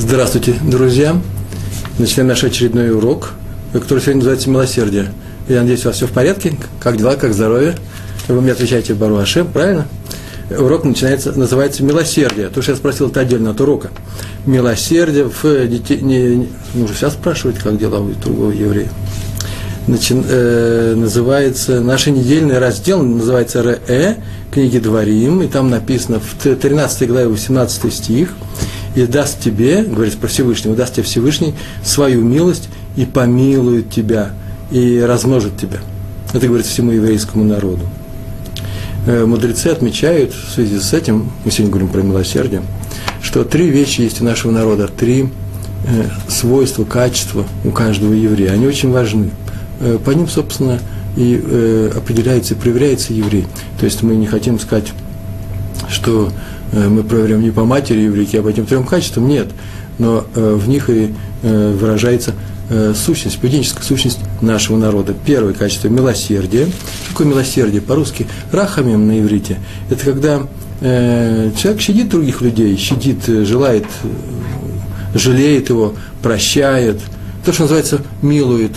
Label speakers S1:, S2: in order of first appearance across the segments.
S1: Здравствуйте, друзья! Начинаем наш очередной урок, который сегодня называется «Милосердие». Я надеюсь, у вас все в порядке? Как дела, как здоровье? Вы мне отвечаете «Бару Ашем», правильно? Урок называется «Милосердие». То, что я спросил, это отдельно от урока. Милосердие в детей... Нужно сейчас спрашивать, как дела у другого еврея. Называется, наш недельный раздел называется «Ре», книги Дворим, и там написано в 13 главе 18 стих: «И даст тебе, говорится про Всевышнего, даст тебе Всевышний свою милость и помилует тебя, и размножит тебя». Это говорится всему еврейскому народу. Мудрецы отмечают в связи с этим, мы сегодня говорим про милосердие, что 3 вещи есть у нашего народа, 3 свойства, качества у каждого еврея. Они очень важны. По ним, собственно, и определяется, и проверяется еврей. То есть мы не хотим сказать, что мы проверяем не по матери еврейки, а по этим 3 качествам. Нет. Но в них и выражается сущность, поведенческая сущность нашего народа. Первое качество – милосердие. Что такое милосердие? По-русски рахамим на иврите. Это когда человек щадит других людей, щадит, желает, жалеет его, прощает. То, что называется милует,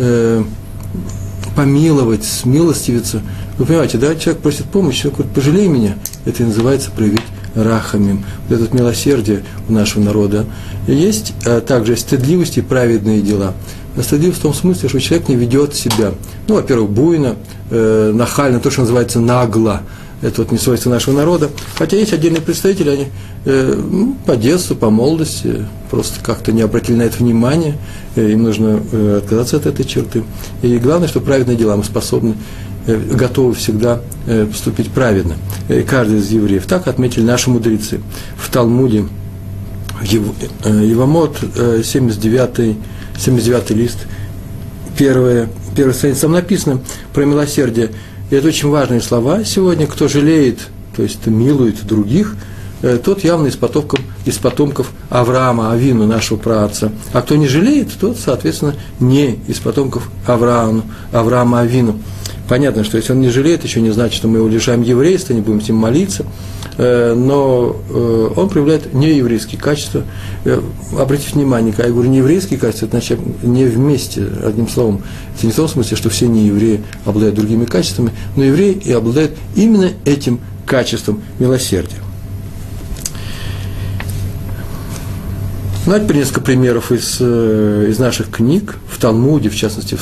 S1: помиловать, смилостивиться. Вы понимаете, да, человек просит помощи, человек говорит: пожалей меня. Это и называется проявить рахамим. Вот это нмилосердие у нашего народа. И есть также стыдливость и праведные дела. Стыдливость в том смысле, что человек не ведет себя, во-первых, буйно, нахально, то, что называется нагло. Это вот не свойство нашего народа. Хотя есть отдельные представители, они по детству, по молодости просто как-то не обратили на это внимание. Им нужно отказаться от этой черты. И главное, что праведные дела мы способны, готовы всегда поступить праведно. И каждый из евреев. Так отметили наши мудрецы. В Талмуде, Евамот, 79 лист, первая страница, там написано про милосердие. И это очень важные слова сегодня. Кто жалеет, то есть милует других, тот явно из потомков Авраама, Авину, нашего праотца. А кто не жалеет, тот, соответственно, не из потомков Авраама, Авину. Понятно, что если он не жалеет, еще не значит, что мы его лишаем еврейства, не будем с ним молиться, но он проявляет нееврейские качества. Обратите внимание, когда я говорю нееврейские качества, это значит не вместе, одним словом. Это не в том смысле, что все неевреи обладают другими качествами, но евреи и обладают именно этим качеством милосердия. Давайте несколько примеров из наших книг, в Талмуде, в частности,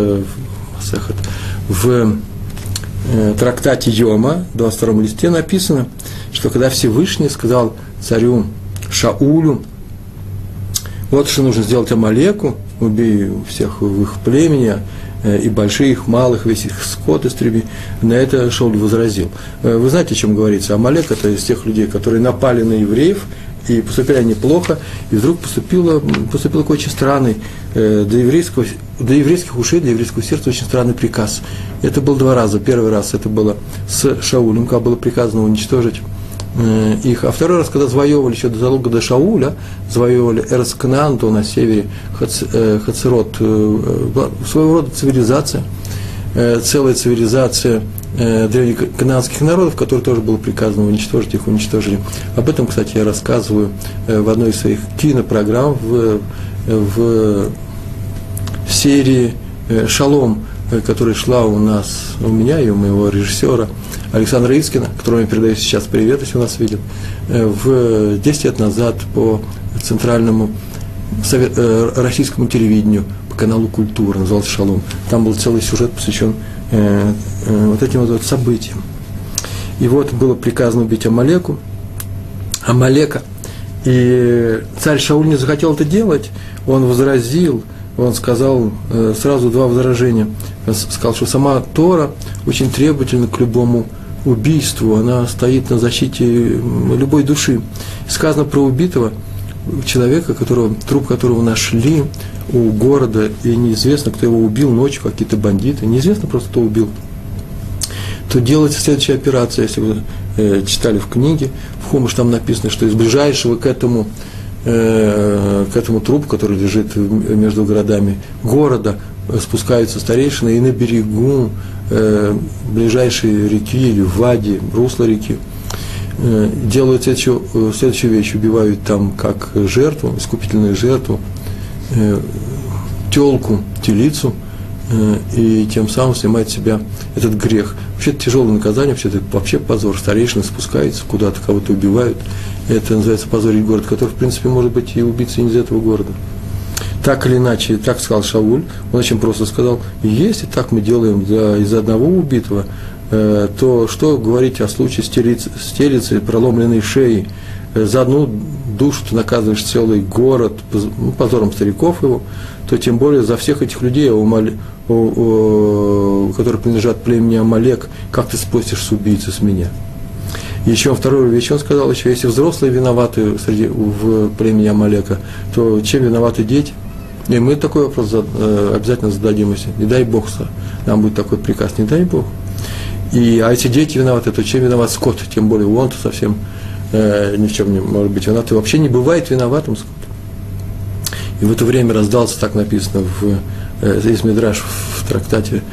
S1: в трактате Йома, 22 листе, написано, что когда Всевышний сказал царю Шаулю: вот что нужно сделать Амалеку, убей всех в их племени, и больших, малых, весь их скот истреби. На это Шауль возразил. Вы знаете, о чем говорится? Амалек – это из тех людей, которые напали на евреев, и поступили они плохо, и вдруг поступил какой очень странный, для еврейских ушей, для еврейского сердца очень странный приказ. Это было 2 раза. Первый раз это было с Шаулем, когда было приказано уничтожить их. А второй раз, когда завоевывали еще задолго до Шауля, завоевывали Эрец Кнаан, то на севере Хацерот, своего рода цивилизация, целая цивилизация древних кнаанских народов, которые тоже было приказано уничтожить, их уничтожили. Об этом, кстати, я рассказываю в одной из своих кинопрограмм в серии «Шалом», которая шла у меня и у моего режиссера Александра Искина, которому я передаю сейчас привет, если он нас видит, 10 лет назад по центральному российскому телевидению, по каналу «Культура», назывался «Шалом». Там был целый сюжет, посвящен вот этим вот событиям. И вот было приказано убить Амалека. И царь Шауль не захотел это делать, он возразил, он сказал сразу 2 возражения. Он сказал, что сама Тора очень требовательна к любому убийству, она стоит на защите любой души. Сказано про убитого человека, труп которого нашли у города, и неизвестно, кто его убил ночью, какие-то бандиты, неизвестно просто, кто убил, то делается следующая операция. Если вы читали в книге, в Хумаш там написано, что из ближайшего к этому трупу, который лежит между городами города, спускаются старейшины, и на берегу ближайшей реки или вади, русла реки, делают следующую вещь, убивают там как жертву, искупительную жертву, телку, телицу, и тем самым снимает с себя этот грех. Вообще это тяжелое наказание, вообще позор. Старейшины спускаются куда-то, кого-то убивают. Это называется позорить город, который, в принципе, может быть и убийца из этого города. Так или иначе, так сказал Шауль, он очень просто сказал, если так мы делаем из-за одного убитого, то что говорить о случае с телицей, проломленной шеей? За одну душу ты наказываешь целый город, позором стариков его, то тем более за всех этих людей, которые принадлежат племени Амалек, как ты спустишь с убийцы, с меня? Еще вторую вещь он сказал, еще если взрослые виноваты в племени Амалека, то чем виноваты дети? И мы такой вопрос обязательно зададим, если не дай Бог, нам будет такой приказ, не дай Бог. А если дети виноваты, то чем виноват скот? Тем более он-то совсем ни в чем не может быть виноват. И вообще не бывает виноватым скот. И в это время раздался, так написано, здесь Мидраш в трактате,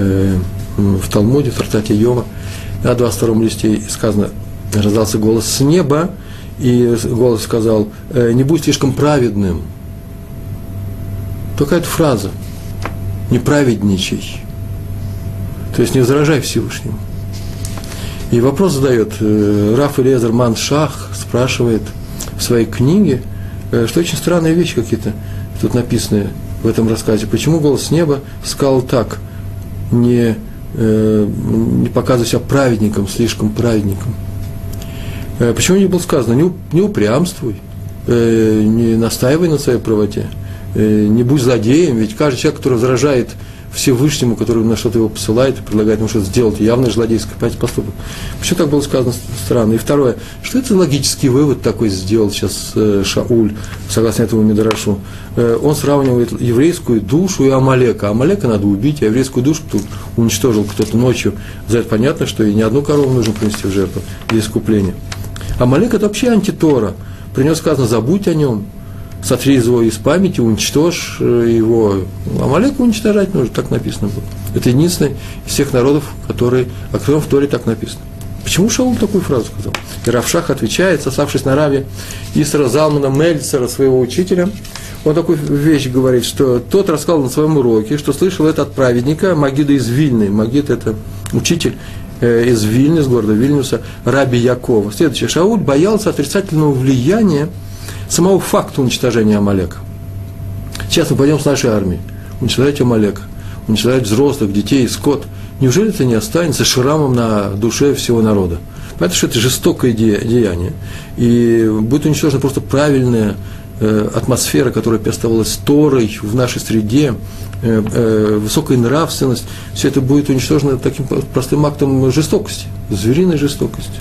S1: в Талмуде, в трактате Йова, на 22 листе сказано, раздался голос с неба, и голос сказал, не будь слишком праведным. Только эта фраза, не праведничай. То есть не возражай Всевышнему. И вопрос задает Рав Элиэзер Ман Шах, спрашивает в своей книге, что очень странные вещи какие-то тут написаны в этом рассказе. Почему голос с неба сказал так, не показывай себя праведником, слишком праведником? Почему не было сказано, не упрямствуй, не настаивай на своей правоте, не будь злодеем, ведь каждый человек, который возражает Всевышнему, который на что-то его посылает и предлагает ему что-то сделать, явно злодейский поступок. Почему так было сказано странно? И второе, что это за логический вывод такой сделал сейчас Шауль, согласно этому Мидрашу? Он сравнивает еврейскую душу и Амалека. Амалека надо убить, а еврейскую душу уничтожил кто-то ночью. За это понятно, что и не одну корову нужно принести в жертву для искупления. Амалек – это вообще антитора. При нем сказано, забудь о нем, сотри его из памяти, уничтожь его. Амалека уничтожать нужно, так написано было. Это единственный из всех народов, о котором в Торе так написано. Почему Шауль такую фразу сказал? И Рав Шах отвечает, сославшись на Раве Исра Залмана Мельцера, своего учителя, он такую вещь говорит, что тот рассказал на своем уроке, что слышал это от праведника Магида из Вильны. Магид – это учитель из Вильны, из города Вильнюса, Раби Якова. Следующее. Шауль боялся отрицательного влияния самого факта уничтожения Амалека. Сейчас мы пойдем с нашей армией уничтожать Амалека, уничтожать взрослых, детей, скот. Неужели это не останется шрамом на душе всего народа? Понятно, что это жестокое деяние. И будет уничтожена просто правильная атмосфера, которая оставалась Торой в нашей среде, высокая нравственность. Все это будет уничтожено таким простым актом жестокости, звериной жестокости.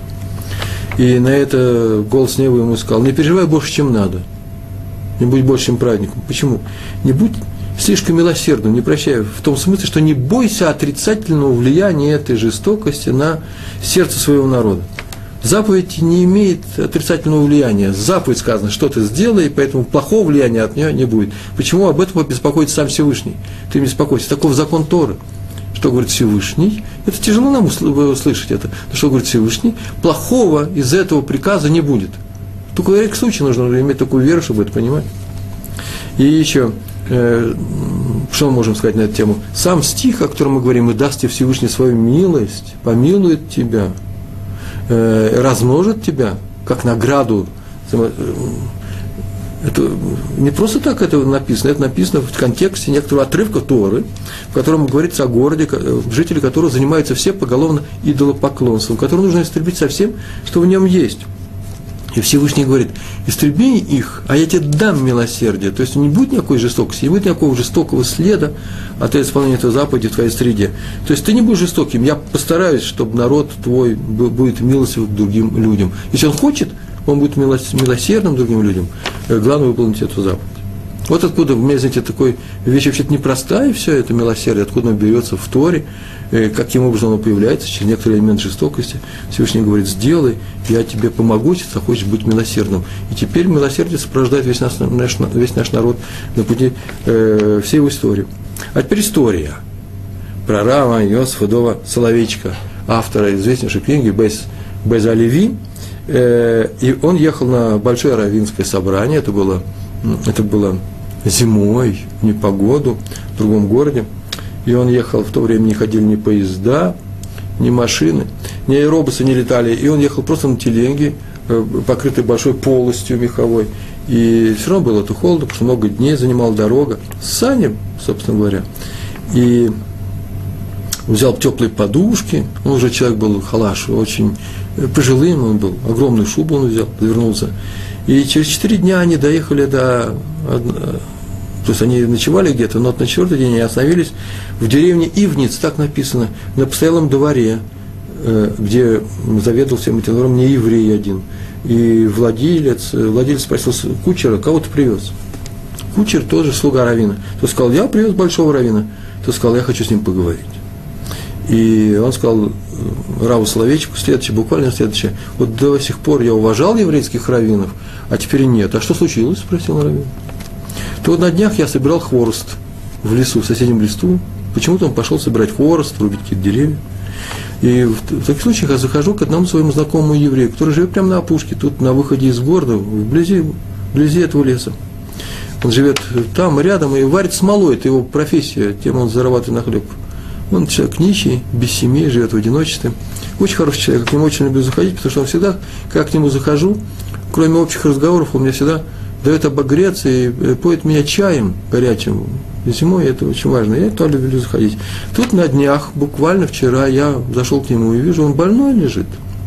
S1: И на это голос неба ему сказал, не переживай больше, чем надо, не будь больше, чем праведником. Почему? Не будь слишком милосердным, не прощай, в том смысле, что не бойся отрицательного влияния этой жестокости на сердце своего народа. Заповедь не имеет отрицательного влияния. Заповедь сказано, что ты сделай, поэтому плохого влияния от нее не будет. Почему об этом беспокоится сам Всевышний? Ты не беспокойся. Таков закон Торы. Что говорит Всевышний? Это тяжело нам услышать это. Но что говорит Всевышний? Плохого из этого приказа не будет. Только в редком случае нужно иметь такую веру, чтобы это понимать. И еще, что мы можем сказать на эту тему? Сам стих, о котором мы говорим, «И даст тебе Всевышний свою милость, помилует тебя, размножит тебя, как награду». Это не просто так это написано в контексте некоторого отрывка Торы, в котором говорится о городе, жители которого занимаются все поголовно идолопоклонством, которое нужно истребить со всем, что в нем есть. И Всевышний говорит, истреби их, а я тебе дам милосердие. То есть не будет никакой жестокости, не будет никакого жестокого следа от исполнения этой заповеди в твоей среде. То есть ты не будешь жестоким, я постараюсь, чтобы народ твой будет милостив к другим людям. Если он хочет, он будет милосердным другим людям. Главное выполнить эту заповедь. Вот откуда, знаете, такой вещь вообще-то непростая, все это милосердие, откуда оно берется в Торе, каким образом оно появляется, через некоторый элемент жестокости. Всевышний говорит, сделай, я тебе помогу, если захочешь быть милосердным. И теперь милосердие сопровождает весь наш народ на пути всей его истории. А теперь история про Рава Йосефа Дова Соловейчика, автора известнейшей книги Бейз Алеви, И он ехал на большое раввинское собрание, это было зимой, в непогоду, в другом городе. И он ехал, в то время не ходили ни поезда, ни машины, ни аэробусы не летали. И он ехал просто на телеге, покрытой большой полостью меховой. И все равно было это холодно, потому что много дней занимала дорога. Сани, собственно говоря. И взял теплые подушки. Он уже человек был халаш, очень пожилым он был. Огромную шубу он взял, завернулся. И через 4 дня они доехали до... То есть они ночевали где-то, но на 4-й день они остановились в деревне Ивниц, так написано, на постоялом дворе, где заведовал всем этим двором не еврей один. И владелец спросил кучера, кого ты привез? Кучер тоже слуга раввина. Тот сказал, я привез большого раввина. Тот сказал, я хочу с ним поговорить. И он сказал раву Соловейчику буквально следующее. Вот до сих пор я уважал еврейских раввинов, а теперь нет. А что случилось? Спросил раввин. То вот на днях я собирал хворост в лесу, в соседнем лесу. Почему-то он пошел собирать хворост, рубить какие-то деревья. И в таких случаях я захожу к одному своему знакомому еврею, который живет прямо на опушке, тут на выходе из города, вблизи этого леса. Он живет там, рядом, и варит смолой, это его профессия, тем он зарабатывает на хлеб. Он человек нищий, без семьи, живет в одиночестве. Очень хороший человек, к нему очень люблю заходить, потому что он всегда, когда к нему захожу, кроме общих разговоров, он мне всегда дает обогреться и поет меня чаем горячим. Зимой это очень важно. Я туда люблю заходить. Тут на днях, буквально вчера, я зашел к нему и вижу, он больной лежит.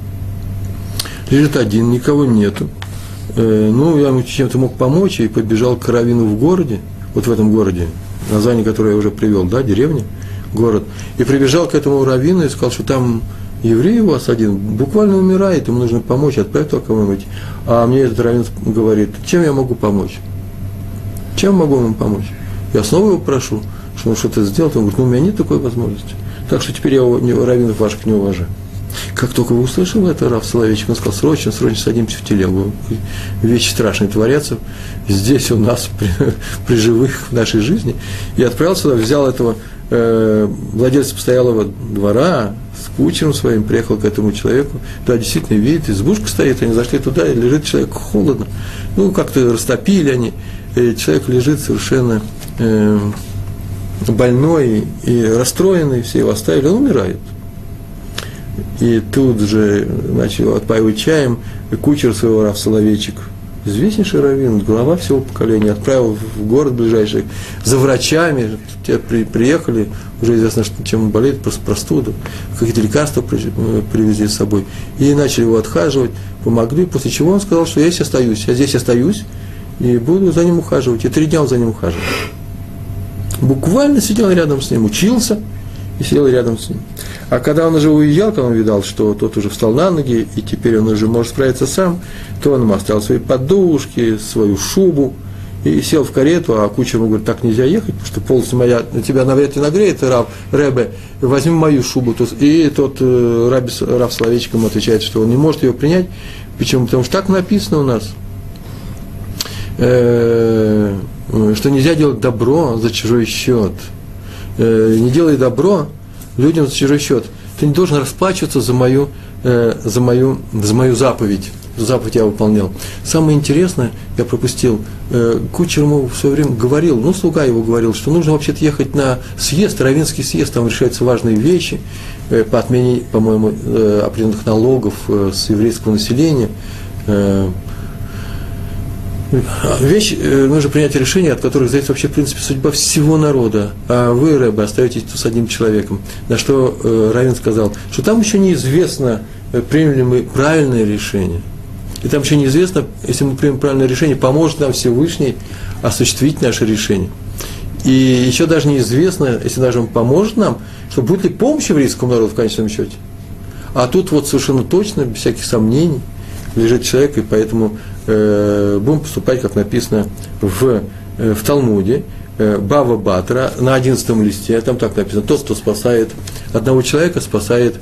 S1: Лежит один, никого нету. Я ему чем-то мог помочь и побежал к раввину в городе, вот в этом городе, название, которое я уже привел, да, деревня, город. И прибежал к этому раввину и сказал, что там еврей у вас один буквально умирает, ему нужно помочь, отправить туда кого-нибудь. А мне этот раввин говорит, чем я могу помочь? Чем могу ему помочь? Я снова его прошу, что он что-то сделает. Он говорит, у меня нет такой возможности. Так что теперь я раввинов ваших не уважаю. Как только вы услышали это, рав Соловейчик, он сказал, срочно садимся в телегу. Вещи страшные творятся здесь у нас, при живых в нашей жизни. И отправился туда, взял этого владельца постоялого двора, с кучером своим, приехал к этому человеку. Да, действительно, видит, избушка стоит, они зашли туда, и лежит человек холодно. Как-то растопили они. И человек лежит совершенно больной и расстроенный, все его оставили, он умирает. И тут же начал его отпаивать чаем, и кучер своего рав Соловейчик, известнейший раввин, глава всего поколения, отправил в город ближайший за врачами, те приехали, уже известно, чем он болеет, просто простуда, какие-то лекарства привезли с собой, и начали его отхаживать, помогли, после чего он сказал, что я здесь остаюсь, и буду за ним ухаживать, и 3 дня он за ним ухаживал. Буквально сидел рядом с ним, учился, и сидел рядом с ним. А когда он уже уезжал, когда он видал, что тот уже встал на ноги, и теперь он уже может справиться сам, то он ему оставил свои подушки, свою шубу, и сел в карету, а кучер ему говорит, так нельзя ехать, потому что полностью моя, тебя навряд ли нагреет, Ребе, возьми мою шубу. И тот рав Соловейчик ему отвечает, что он не может ее принять. Почему? Потому что так написано у нас, что нельзя делать добро за чужой счет. Не делай добро людям за чужой счет. Ты не должен расплачиваться за мою заповедь. Заповедь я выполнял. Самое интересное, я пропустил, кучер ему в свое время говорил, слуга его говорил, что нужно вообще-то ехать на съезд, раввинский съезд, там решаются важные вещи по отмене, по-моему, определенных налогов с еврейского населения. Нужно принять решение, от которых зависит вообще, в принципе, судьба всего народа. А вы, Ребе, остаетесь тут с одним человеком. На что раввин сказал, что там еще неизвестно, примем ли мы правильное решение. И там еще неизвестно, если мы примем правильное решение, поможет нам Всевышний осуществить наше решение. И еще даже неизвестно, если даже он поможет нам, что будет ли помощь еврейскому народу в конечном счете. А тут вот совершенно точно, без всяких сомнений, лежит человек, и поэтому будем поступать, как написано в Талмуде, Бава Батра, на 11 листе, там так написано, тот, кто спасает одного человека, спасает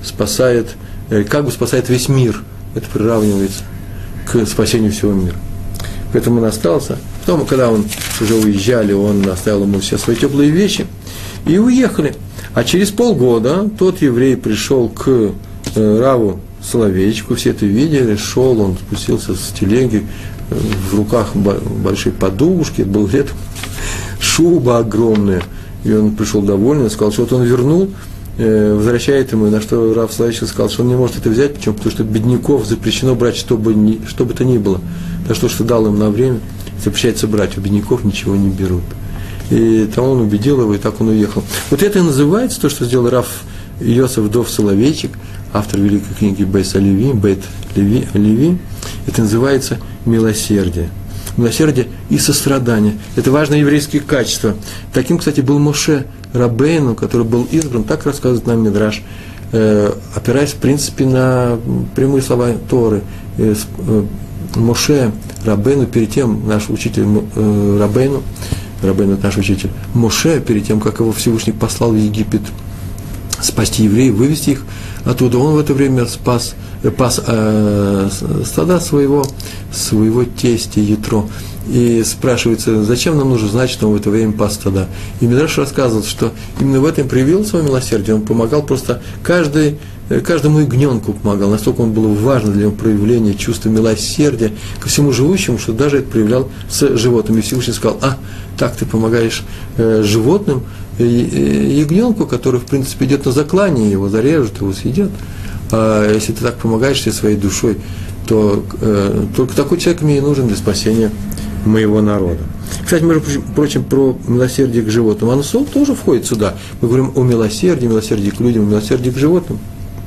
S1: весь мир. Это приравнивается к спасению всего мира. Поэтому он остался. Потом, когда он уже уезжали, он оставил ему все свои теплые вещи, и уехали. А через полгода тот еврей пришел к раву Соловейчику, все это видели, шел, он спустился с телеги, в руках большие подушки, был летом, шуба огромная, и он пришел довольный, сказал, что вот он вернул, возвращает ему, на что Рав Соловейчик сказал, что он не может это взять, почему? Потому что бедняков запрещено брать, что бы то ни было. Так что дал им на время, запрещается брать, у бедняков ничего не берут. И там он убедил его, и так он уехал. Вот это и называется то, что сделал Рав Йосеф Дов Соловейчик, автор великой книги Бейт Леви, это называется милосердие. Милосердие и сострадание. Это важное еврейское качество. Таким, кстати, был Моше Рабейну, который был избран, так рассказывает нам Мидраш, опираясь, в принципе, на прямые слова Торы. Моше Рабейну, перед тем, наш учитель Рабейну это наш учитель, Моше, перед тем, как его Всевышний послал в Египет спасти евреев, вывести их оттуда, он в это время пас стада своего тестя Ятро. И спрашивается, зачем нам нужно знать, что он в это время пас стада? И Мидраш рассказывал, что именно в этом проявил свое милосердие, он помогал просто каждому ягненку помогал, настолько он был важен для него проявления чувства милосердия ко всему живущему, что даже это проявлял с животными. И Всевышний сказал, так ты помогаешь животным, ягненку, который, в принципе, идет на заклание, его зарежут, его съедят. А если ты так помогаешь себе своей душой, то только такой человек мне и нужен для спасения моего народа. Кстати, между прочим, про милосердие к животным. Оно тоже входит сюда. Мы говорим о милосердии к людям, милосердии к животным.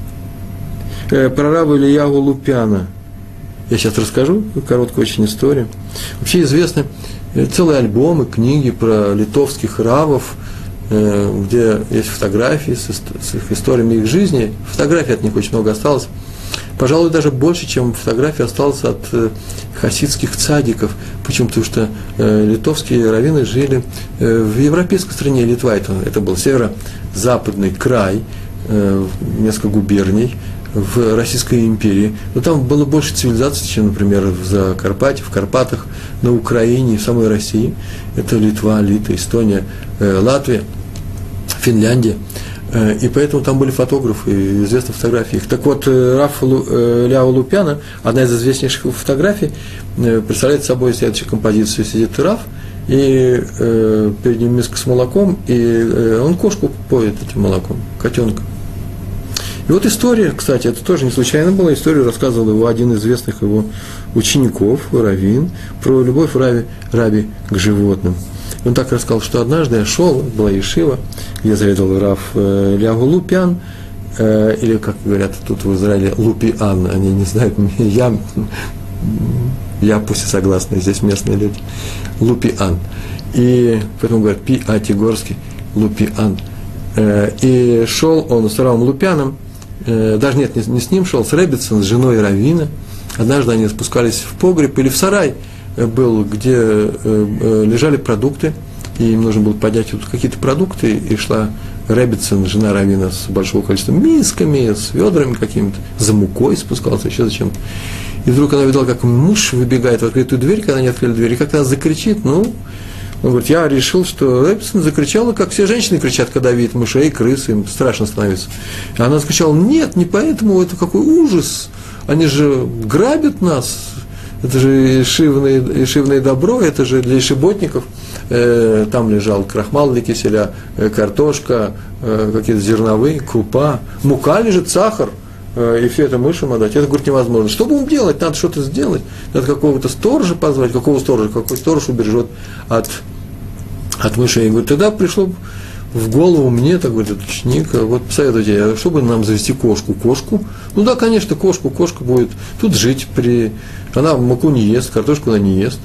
S1: Про раба Ильягу Лупяна я сейчас расскажу, короткую очень историю. Вообще известны целые альбомы, книги про литовских равов, где есть фотографии с их историями их жизни. Фотографий от них очень много осталось. Пожалуй, даже больше, чем фотографий осталось от хасидских цадиков. Почему? Потому что литовские раввины жили в европейской стране Литва. Это был северо-западный край, несколько губерний в Российской империи. Но там было больше цивилизаций, чем, например, в Закарпатье, в Карпатах, на Украине, в самой России. Это Литва, Литва, Эстония, Латвия, Финляндия. И поэтому там были фотографы, известны фотографии их. Так вот, Рав Ильягу Лупяна, одна из известнейших фотографий, представляет собой следующую композицию. Сидит Рав, и перед ним миска с молоком, и он кошку поет этим молоком, котенка. И вот история, кстати, это тоже не случайно была, историю рассказывал его один из известных его учеников, раввин, про любовь раби к животным. Он так рассказал, что однажды я шел, была ешива, где заведовал Рав Ильягу Лупян, или, как говорят тут в Израиле, Лупиан, они не знают, я пусть и согласны, здесь местные люди, Лупиан. И поэтому говорят Пи-Атигорский, Лупиан. И шел он с Равом Лупяном, даже нет, не с ним шел, с Реббицем, с женой раввина. Однажды они спускались в погреб или в сарай, был, где лежали продукты, и им нужно было поднять вот какие-то продукты, и шла Реббицин, жена раввина, с большого количества мисками, с ведрами какими-то, за мукой спускался, еще зачем-то. И вдруг она видела, как муж выбегает в открытую дверь, когда они открыли дверь, и как-то она закричит, он говорит, я решил, что Реббицин закричала, как все женщины кричат, когда видят мышей, крыс, им страшно становится. И она закричала, нет, не поэтому, это какой ужас, они же грабят нас, это же ишивное добро, это же для ишиботников. Там лежал крахмал для киселя, картошка, какие-то зерновые, крупа, мука лежит, сахар, и все это мышам отдать. Это, говорит, невозможно. Что будем делать? Надо что-то сделать. Надо какого-то сторожа позвать. Какого сторожа? Какой сторож убережет от мышей? И говорит, тогда пришло в голову мне, так говорит, этот ученик, вот посоветуйте, чтобы нам завести кошку. Кошку? Ну да, конечно, кошка будет тут жить. Она муку не ест, картошку она не ест,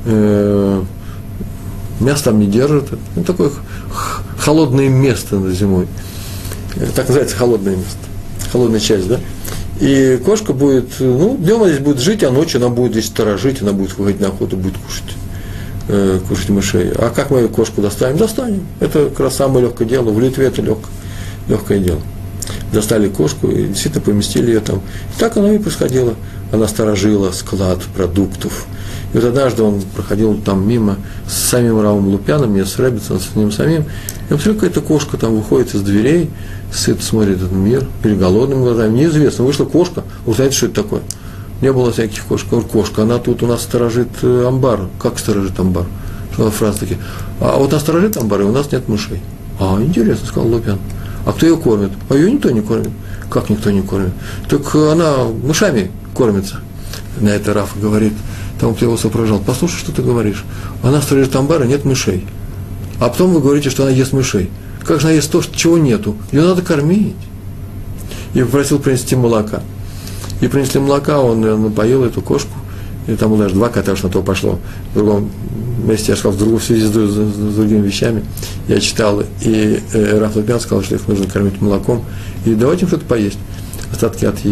S1: мясо там не держит. Ну, такое холодное место зимой. Так называется холодное место. Холодная часть, да? И кошка будет, днем она здесь будет жить, а ночью она будет здесь сторожить, она будет выходить на охоту, будет кушать мышей. А как мы кошку достанем? Достанем. Это как раз самое легкое дело. В Литве это легкое дело. Достали кошку и действительно поместили ее там. И так оно и происходило. Она сторожила склад продуктов. И вот однажды он проходил там мимо с самим Равом Лупяном, не с Реббицем, с ним самим, и посмотрел, какая-то кошка там выходит из дверей, сыт смотрит этот мир, переголодными глазами, неизвестно, вышла кошка, вы знаете, что это такое? Не было всяких кошек. Говорю, кошка, она тут у нас сторожит амбар. Как сторожит амбар? Что фраза такие. А вот она сторожит амбар, и у нас нет мышей. А, интересно, сказал Лупян. А кто ее кормит? А ее никто не кормит. Как никто не кормит? Так она мышами кормится. На это Раф говорит тому, кто его сопровождал. Послушай, что ты говоришь. Она сторожит амбар, и нет мышей. А потом вы говорите, что она ест мышей. Как же она ест то, чего нету? Ее надо кормить. И попросил принести молока. И принесли молока, он напоил эту кошку, и там даже 2 кота, что на то пошло. В другом месте, я сказал, в связи с другими вещами, я читал, и Раф Лупян сказал, что их нужно кормить молоком, и давайте им что-то поесть, остатки от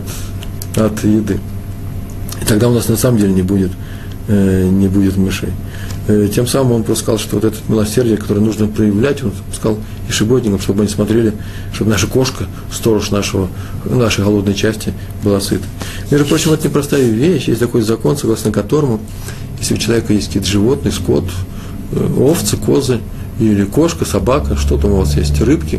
S1: еды. И тогда у нас на самом деле не будет мышей. Тем самым он просто сказал, что вот это милосердие, которое нужно проявлять, он сказал и шиботникам, чтобы они смотрели, чтобы наша кошка, сторож нашей голодной части, была сыта. Между прочим, это непростая вещь, есть такой закон, согласно которому, если у человека есть какие-то животные, скот, овцы, козы, или кошка, собака, что там у вас есть, рыбки,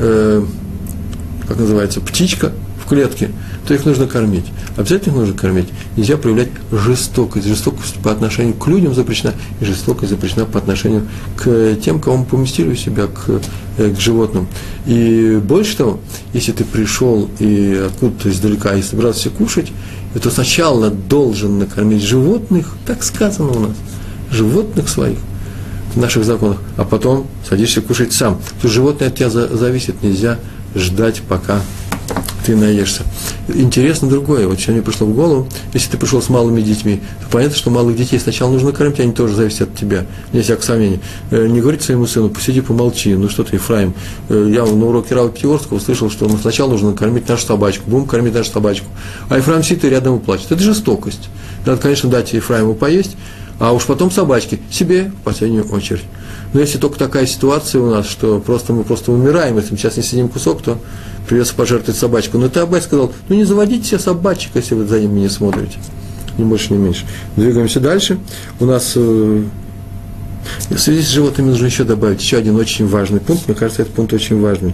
S1: как называется, птичка в клетке, то их нужно кормить. Обязательно их нужно кормить. Нельзя проявлять жестокость. Жестокость по отношению к людям запрещена, и жестокость запрещена по отношению к тем, кого мы поместили у себя, к животным. И больше того, если ты пришел и откуда-то издалека и собирался кушать, то сначала должен накормить животных, так сказано у нас, животных своих в наших законах, а потом садишься кушать сам. То есть животное от тебя зависит, нельзя ждать, пока ты наешься. Интересно другое, вот сейчас мне пришло в голову, если ты пришел с малыми детьми, то понятно, что малых детей сначала нужно кормить, они тоже зависят от тебя, не всякого сомнения. Не говорить своему сыну, посиди, помолчи, ну что ты, Ефраим, я на уроке Рава Пятигорского услышал, что сначала нужно кормить нашу собачку, будем кормить нашу собачку, а Ефраим сидит и рядом и плачет. Это жестокость. Надо, конечно, дать Ефраиму поесть, а уж потом собачке, себе в последнюю очередь. Но если только такая ситуация у нас, что мы просто умираем, если мы сейчас не съедим кусок, то придется пожертвовать собачку. Но Абай сказал, не заводите себе собачек, если вы за ними не смотрите. Ни больше, ни меньше. Двигаемся дальше. У нас в связи с животными нужно еще добавить еще один очень важный пункт. Мне кажется, этот пункт очень важный.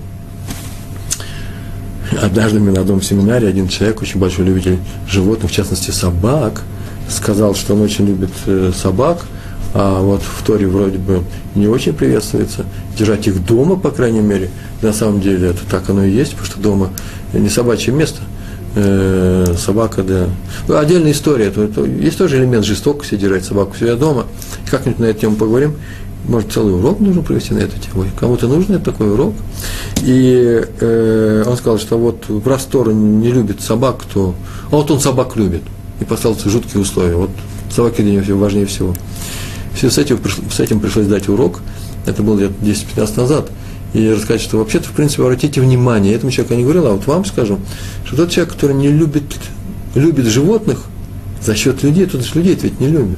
S1: Однажды на одном семинаре один человек, очень большой любитель животных, в частности собак, сказал, что он очень любит собак, а вот в Торе вроде бы не очень приветствуется держать их дома, по крайней мере. На самом деле это так оно и есть, потому что дома не собачье место, собака, да. Отдельная история, есть тоже элемент жестокости держать собаку у себя дома. Как-нибудь на эту тему поговорим. Может, целый урок нужно провести на эту тему. Кому-то нужен такой урок. И он сказал, что вот раз Тора не любит собак, то... А вот он собак любит. И поставил жуткие условия. Вот собаки для него важнее всего. Все с этим пришлось дать урок. Это было лет 10-15 назад. И рассказать, что вообще-то, в принципе, обратите внимание, я этому человеку не говорил, а вот вам скажу, что тот человек, который не любит животных за счет людей, тот же людей ведь не любит.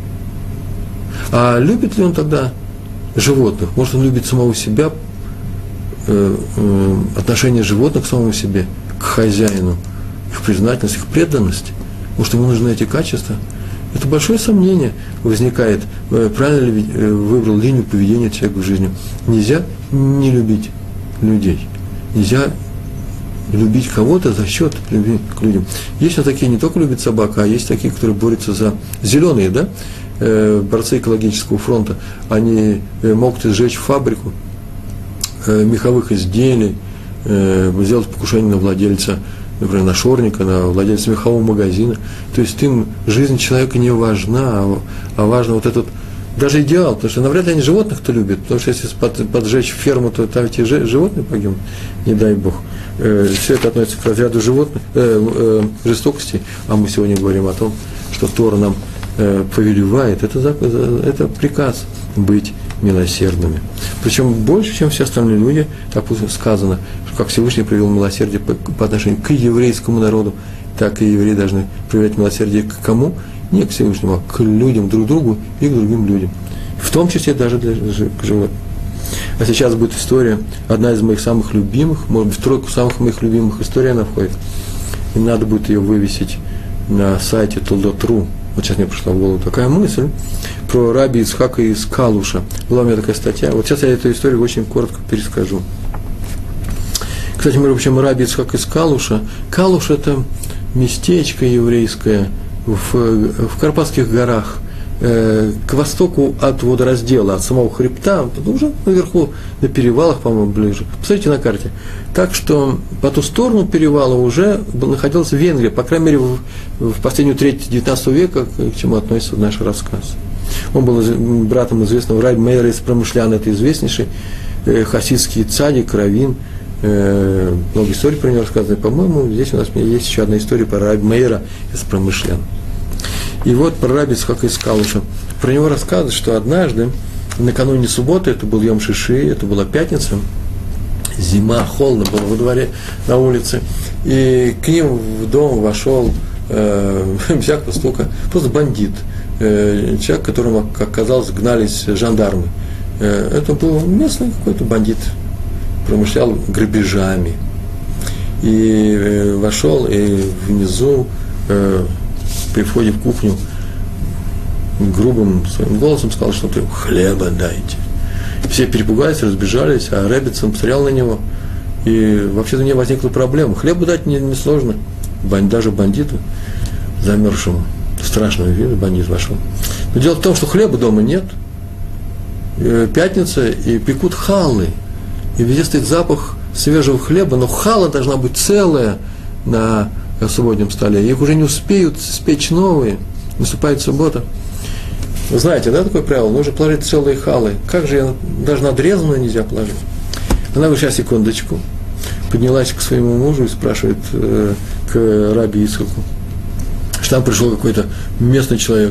S1: А любит ли он тогда животных? Может, он любит самого себя, отношение животных к самому себе, к хозяину, их признательность, их преданность? Может, ему нужны эти качества? Это большое сомнение возникает, правильно ли выбрал линию поведения человека в жизни. Нельзя не любить людей. Нельзя любить кого-то за счет любви к людям. Есть такие, не только любят собак, а есть такие, которые борются за зеленые, да, борцы экологического фронта. Они могут сжечь фабрику меховых изделий, сделать покушение на владельца, например, на шорника, на владельца мехового магазина. То есть им жизнь человека не важна, а важно вот этот даже идеал, потому что навряд ли они животных-то любят, потому что если поджечь ферму, то там эти животные погибнут, не дай Бог. Все это относится к разряду животных, жестокости, а мы сегодня говорим о том, что Тора нам повелевает, это приказ быть милосердными. Причем больше, чем все остальные люди, так сказано, что как Всевышний проявил милосердие по отношению к еврейскому народу, так и евреи должны проявлять милосердие к кому? Не к Всевышнему, а к людям, друг другу и к другим людям. В том числе даже к животным. А сейчас будет история, одна из моих самых любимых, может быть, в тройку самых моих любимых историй она входит. И надо будет ее вывесить на сайте Толдот.ру, Вот сейчас мне пришла в голову такая мысль про раби Ицхака из Калуша. Была у меня такая статья. Вот сейчас я эту историю очень коротко перескажу. Кстати, между прочим, раби Ицхак из Калуша. Калуш – это местечко еврейское в Карпатских горах, к востоку от водораздела, от самого хребта, уже наверху, на перевалах, по-моему, ближе. Посмотрите на карте. Так что по ту сторону перевала уже находилась Венгрия, по крайней мере, в последнюю треть XIX века, к чему относится наш рассказ. Он был братом известного раби Мейера из Промышляна, это известнейший хасидский цадик, раввин. Много историй про него рассказаны. По-моему, здесь у нас есть еще одна история про раби Мейера из Промышляна. И вот про раби Ицхака из Калуша. Про него рассказывают, что однажды, накануне субботы, это был Йом Шиши, это была пятница, зима, холодно было во дворе, на улице, и к ним в дом вошел, без всякого стука, просто бандит, человек, которому, как казалось, гнались жандармы. Это был местный какой-то бандит, промышлял грабежами. И вошел, и внизу, при входе в кухню, грубым своим голосом сказал, что ты хлеба дайте. Все перепугались, разбежались, а Реббицин посмотрел на него, и вообще-то не возникла проблема. Хлеба дать несложно, даже бандиту, замерзшему, страшного вида бандит вошел. Но дело в том, что хлеба дома нет, пятница, и пекут халлы, и везде стоит запах свежего хлеба, но халла должна быть целая на субботнем столе. Их уже не успеют спечь новые, наступает суббота. Вы знаете, да, такое правило? Нужно положить целые халлы. Как же я, даже надрезанную нельзя положить? Она говорит, сейчас, секундочку. Поднялась к своему мужу и спрашивает к раби Ицхаку, что там пришел какой-то местный человек,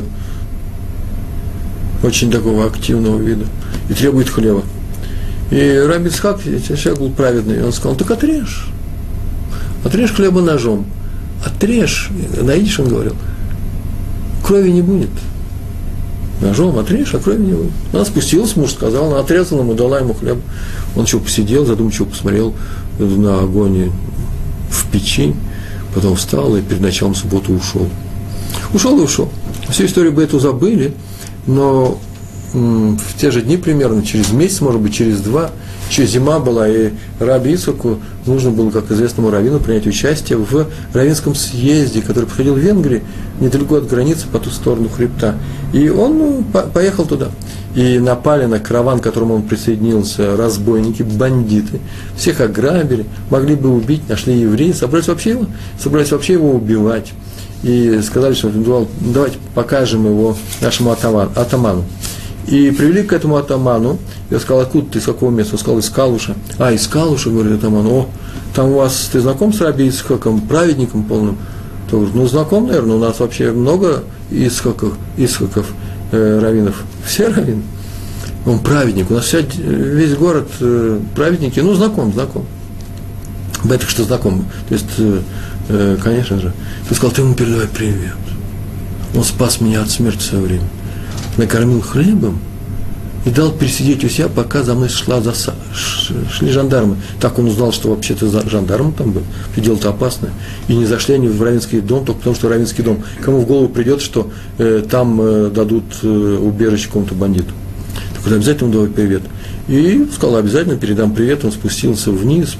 S1: очень такого активного вида, и требует хлеба. И раби Ицхак, человек был праведный, он сказал, так отрежь хлеба ножом. Отрежь, на идиш он говорил, крови не будет. Ножом отрежь, а крови не будет. Она спустилась, муж сказал, она отрезала ему, дала ему хлеб. Он еще посидел, задумчиво посмотрел на огонь в печи, потом встал и перед началом субботы ушел. Ушел и ушел. Всю историю бы эту забыли, но в те же дни примерно, через месяц, может быть, через два, еще зима была, и раби Ицхаку нужно было, как известному раввину, принять участие в раввинском съезде, который проходил в Венгрии, недалеко от границы, по ту сторону хребта. И он поехал туда. И напали на караван, к которому он присоединился, разбойники, бандиты. Всех ограбили, могли бы убить, нашли евреи, собрались вообще его убивать. И сказали, что давайте покажем его нашему атаману. И привели к этому атаману. Я сказал, откуда ты, из какого места? Он сказал, из Калуша. Из Калуша, говорит атаман. Там у вас, ты знаком с раби Ицхаком, праведником полным? То говорит, знаком, наверное, у нас вообще много Ицхаков, раввинов. Все раввины. Он праведник, у нас весь город праведники. Знаком. Бэток, что знаком. То есть, конечно же. Ты сказал, ты ему передавай привет. Он спас меня от смерти в свое время. Накормил хлебом и дал пересидеть у себя, пока за мной шли жандармы. Так он узнал, что вообще-то жандармы там был, дело-то опасное. И не зашли они в раввинский дом, только потому, что раввинский дом. Кому в голову придет, что там дадут убежище какому-то бандиту. Так вот, обязательно давай привет. И сказал, обязательно передам привет. Он спустился вниз,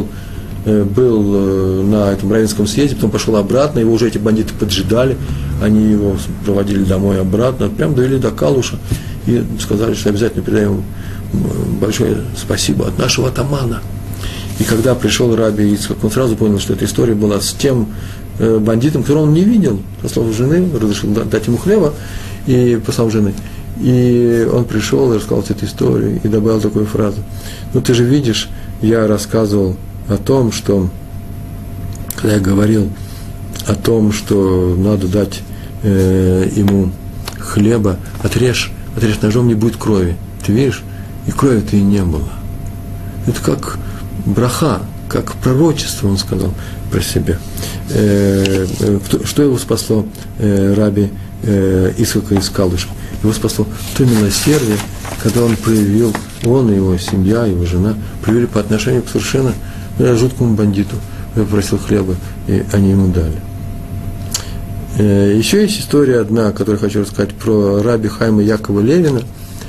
S1: был на этом раввинском съезде, потом пошел обратно, его уже эти бандиты поджидали, они его проводили домой обратно, прям довели до Калуша и сказали, что обязательно передаем большое спасибо от нашего атамана. И когда пришел раби Ицхак, он сразу понял, что эта история была с тем бандитом, которого он не видел, послал жены, разрешил дать ему хлеба, и послал жены. И он пришел и рассказал эту историю, и добавил такую фразу. Ты же видишь, я рассказывал о том, что, когда я говорил о том, что надо дать ему хлеба, отрежь ножом, не будет крови. Ты видишь? И крови-то и не было. Это как браха, как пророчество, он сказал про себя. Что его спасло раби Ицхака из Калуша? Его спасло то милосердие, когда он проявил, он и его семья, его жена, проявили по отношению к совершенно жуткому бандиту, попросил хлеба, и они ему дали. Еще есть история одна, которую хочу рассказать про раби Хайма Якова Левина.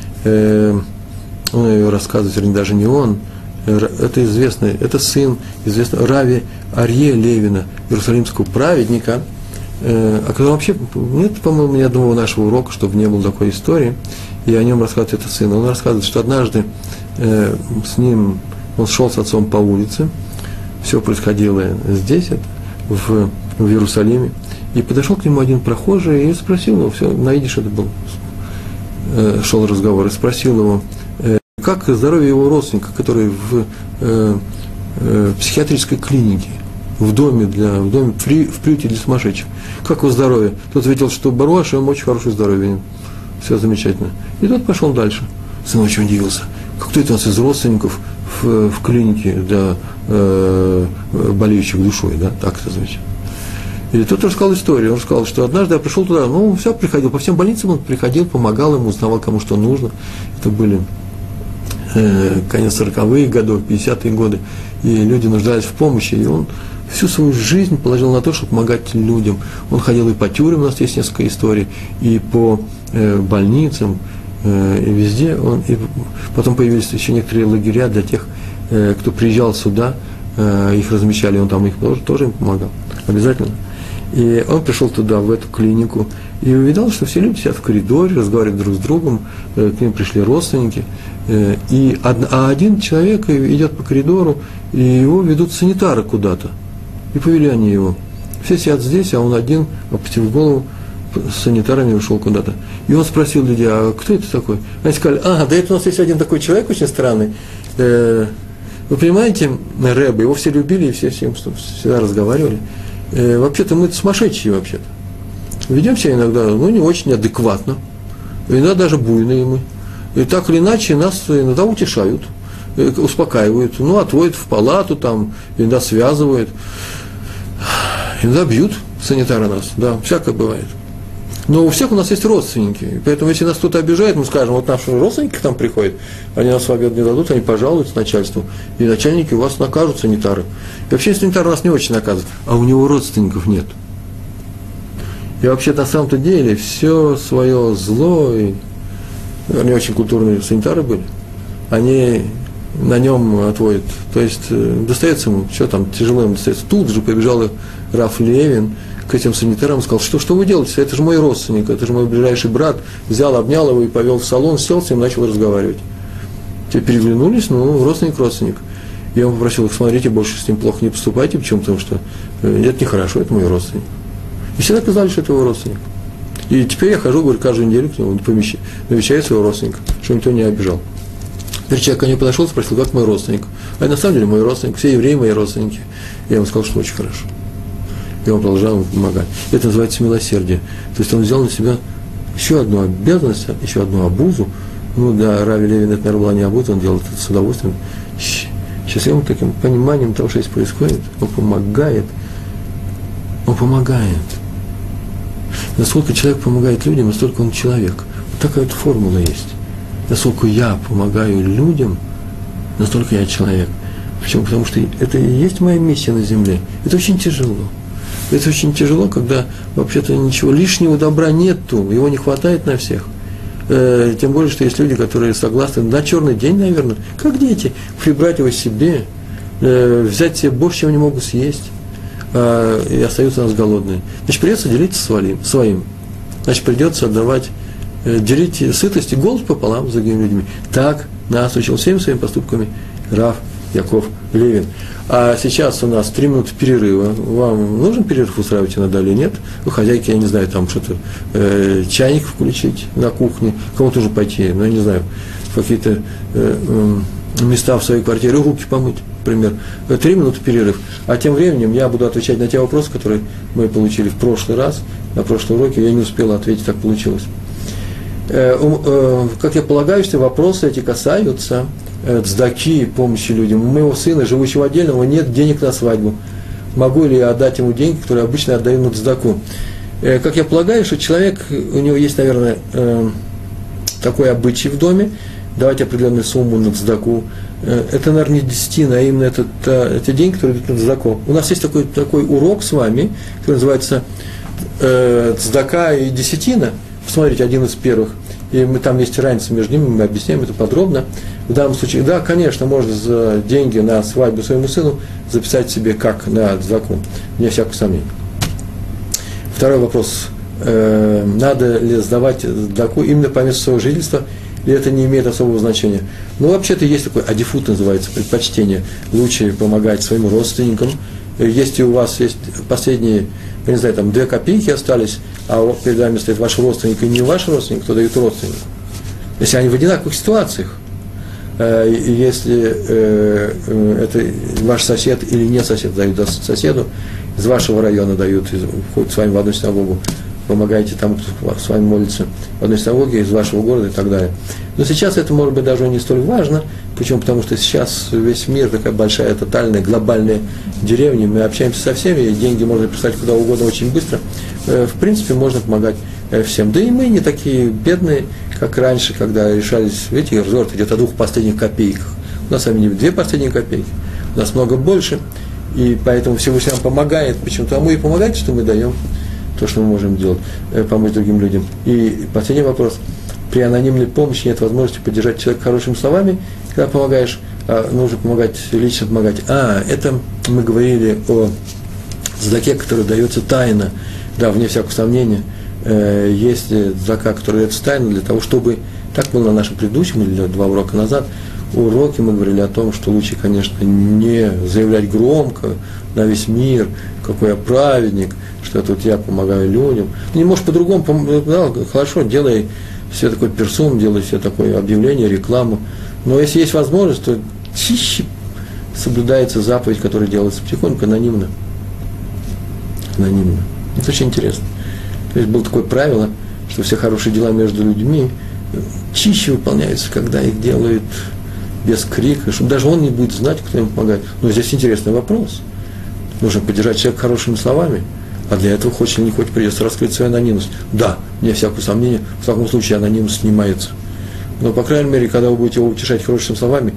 S1: Он ее рассказывает, вернее, даже не он. Это известный, это сын известного раби Арье Левина, иерусалимского праведника, о котором вообще нет, по-моему, ни одного нашего урока, чтобы не было такой истории, и о нем рассказывает это сын. Он рассказывает, что однажды с ним, он шел с отцом по улице, все происходило здесь, в Иерусалиме, и подошел к нему один прохожий и спросил его, все, на идиш это был, шел разговор, и спросил его, как здоровье его родственника, который в психиатрической клинике, в приюте для сумасшедших. Как его здоровье? Тот ответил, что Баруаш, ему очень хорошее здоровье. Все замечательно. И тот пошел дальше. Сын очень удивился. Кто это у нас из родственников в клинике для болеющих душой, да? Так это звучит. И тот рассказал историю. Он рассказал, что однажды я пришел туда, все приходил, по всем больницам он приходил, помогал ему, узнавал, кому что нужно. Это были конец 40-х годов, 50-е годы, и люди нуждались в помощи, и он всю свою жизнь положил на то, чтобы помогать людям. Он ходил и по тюрьмам, у нас есть несколько историй, и по больницам, и везде. И потом появились еще некоторые лагеря для тех, кто приезжал сюда, их размещали, он там их тоже им помогал, обязательно. И он пришел туда, в эту клинику, и увидел, что все люди сидят в коридоре, разговаривают друг с другом, к ним пришли родственники, а один человек идет по коридору, и его ведут санитары куда-то, и повели они его. Все сидят здесь, а он один, опустив голову, с санитарами ушел куда-то. И он спросил людей, а кто это такой? Они сказали, да это у нас есть один такой человек очень странный. Вы понимаете, Рэбе, его все любили, и все с ним всегда разговаривали. Вообще-то мы сумасшедшие, вообще-то. Ведем себя иногда, не очень адекватно, иногда даже буйные мы. И так или иначе нас иногда утешают, успокаивают, отводят в палату, там, иногда связывают, иногда бьют санитары нас, да, всякое бывает. Но у всех у нас есть родственники, поэтому если нас кто-то обижает, мы скажем, вот наши родственники к нам приходят, они нас в обед не дадут, они пожалуются начальству, и начальники вас накажут, санитары. И вообще санитары нас не очень наказывают, а у него родственников нет. И вообще на самом-то деле все свое зло, и они очень культурные санитары были, они на нем отводят, то есть достается ему, что там тяжело ему достается. Тут же побежал Раф Левин к этим санитарам и сказал, что вы делаете, это же мой родственник, это же мой ближайший брат, взял, обнял его и повел в салон, сел с ним, начал разговаривать. Те переглянулись, родственник. Я ему попросил, смотрите, больше с ним плохо не поступайте, почему? Потому что это нехорошо, это мой родственник. И всегда казали, что это его родственник. И теперь я хожу, говорю, каждую неделю к нему, навещаю своего родственника, чтобы никто не обижал. Теперь человек ко мне подошел, спросил, как мой родственник. А на самом деле мой родственник, все евреи мои родственники. Я ему сказал, что очень хорошо. И он продолжал ему помогать. Это называется милосердие. То есть он взял на себя еще одну обязанность, еще одну обузу. Да, Рави Левин, это, наверное, была не обуза, он делал это с удовольствием, счастливым таким пониманием того, что здесь происходит. Он помогает. Насколько человек помогает людям, настолько он человек. Вот такая вот формула есть. Насколько я помогаю людям, настолько я человек. Почему? Потому что это и есть моя миссия на земле. Это очень тяжело. Это очень тяжело, когда вообще-то ничего лишнего добра нету, его не хватает на всех. Тем более, что есть люди, которые согласны на черный день, наверное, как дети, прибрать его себе, взять себе больше, чем они могут съесть, и остаются у нас голодные. Значит, придется делиться своим. Значит, придется отдавать, делить сытость и голод пополам с другими людьми. Так нас учил всеми своими поступками Рав Яков Левин. А сейчас у нас 3 минуты перерыва. Вам нужен перерыв устраивать иногда или нет? У хозяйки, я не знаю, там что-то, чайник включить на кухне, кому-то уже пойти, я не знаю, в какие-то места в своей квартире, руки помыть, например. 3 минуты перерыв. А тем временем я буду отвечать на те вопросы, которые мы получили в прошлый раз, на прошлом уроке. Я не успел ответить, так получилось. Как я полагаю, что вопросы эти касаются цдаки, помощи людям. У моего сына, живущего отдельно, у него нет денег на свадьбу. Могу ли я отдать ему деньги, которые обычно отдаю на цдаку? Как я полагаю, что человек, у него есть, наверное, такой обычай в доме, давать определенную сумму на цдаку. Это, наверное, не десятина, а именно это деньги, которые идут на цдаку. У нас есть такой урок с вами, который называется цдака и десятина, посмотрите, один из первых, и там есть разница между ними, мы объясняем это подробно. В данном случае, да, конечно, можно за деньги на свадьбу своему сыну записать себе как на цдаку, вне всякого сомнения. Второй вопрос. Надо ли сдавать цдаку именно по месту своего жительства, или это не имеет особого значения? Ну, вообще-то есть такой адифут, называется, предпочтение. Лучше помогать своим родственникам. Если у вас есть последние, я не знаю, там 2 копейки остались, а перед вами стоит ваш родственник и не ваш родственник, то дают родственнику. Если они в одинаковых ситуациях, если это ваш сосед или не сосед, дают соседу, из вашего района дают, ходят с вами в одну синагогу, помогаете тому, кто с вами молится в одной синагоге, из вашего города и так далее. Но сейчас это, может быть, даже не столь важно. Почему? Потому что сейчас весь мир такая большая, тотальная, глобальная деревня, мы общаемся со всеми, и деньги можно прислать куда угодно очень быстро. В принципе, можно помогать всем. Да и мы не такие бедные, как раньше, когда решались, видите, разговор идет о 2 последних копейках. У нас с вами не 2 последние копейки, у нас много больше, и поэтому Всевышний нам помогает. Почему-то, а мы и помогаете, что мы даем то, что мы можем делать, помочь другим людям. И последний вопрос. При анонимной помощи нет возможности поддержать человека хорошими словами, когда помогаешь, нужно помогать, лично помогать. Это мы говорили о цдаке, который дается тайно, да, вне всякого сомнения. Есть цдака, который дается тайно для того, чтобы, так было на нашем предыдущем, или 2 урока назад, уроки мы говорили о том, что лучше, конечно, не заявлять громко на весь мир, какой я праведник, что тут я помогаю людям. Не можешь по-другому, да, хорошо, делай все такой персум, делай все такое объявление, рекламу. Но если есть возможность, то чище соблюдается заповедь, которая делается потихоньку, анонимно. Анонимно. Это очень интересно. То есть было такое правило, что все хорошие дела между людьми чище выполняются, когда их делают без крика, чтобы даже он не будет знать, кто им помогает. Но здесь интересный вопрос. Нужно поддержать человека хорошими словами, а для этого, хочешь или не хочешь, придется раскрыть свою анонимность. Да, вне всякого сомнения, в таком случае анонимность снимается. Но, по крайней мере, когда вы будете его утешать хорошими словами,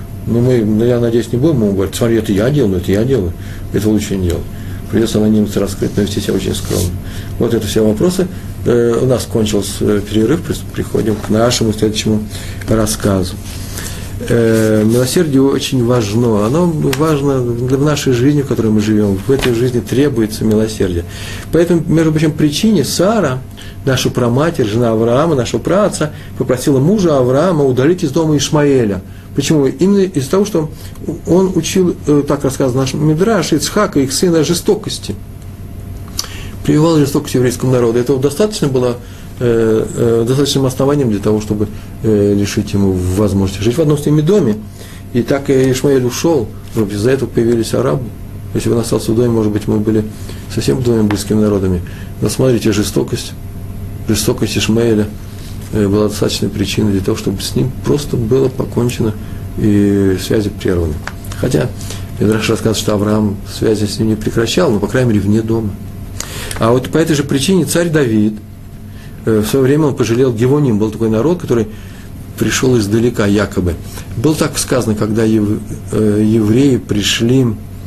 S1: я надеюсь, не будем ему говорить, смотри, это я делаю, это лучше не делать. Придется анонимность раскрыть, но вести себя очень скромно. Вот это все вопросы. У нас кончился перерыв, приходим к нашему следующему рассказу. Милосердие очень важно. Оно важно в нашей жизни, в которой мы живем. В этой жизни требуется милосердие. Поэтому, между прочим, причине Сара, наша праматерь, жена Авраама, нашего праотца, попросила мужа Авраама удалить из дома Ишмаэля. Почему? Именно из-за того, что он учил, так рассказано наш Мидраш, Ицхака, их сына, жестокости. Прививал жестокость еврейскому народу. Этого достаточно было достаточным основанием для того, чтобы лишить ему возможности жить в одном с ними доме. И так и Ишмаэль ушел, из-за этого появились арабы. Если бы он остался в доме, может быть, мы были совсем двумя близкими народами. Но смотрите, жестокость Ишмаэля была достаточной причиной для того, чтобы с ним просто было покончено и связи прерваны. Хотя Мидраш рассказывает, что Авраам связи с ним не прекращал, но, по крайней мере, вне дома. А вот по этой же причине царь Давид, в свое время он пожалел Гевоним, был такой народ, который пришел издалека, якобы. Было так сказано, когда евреи пришли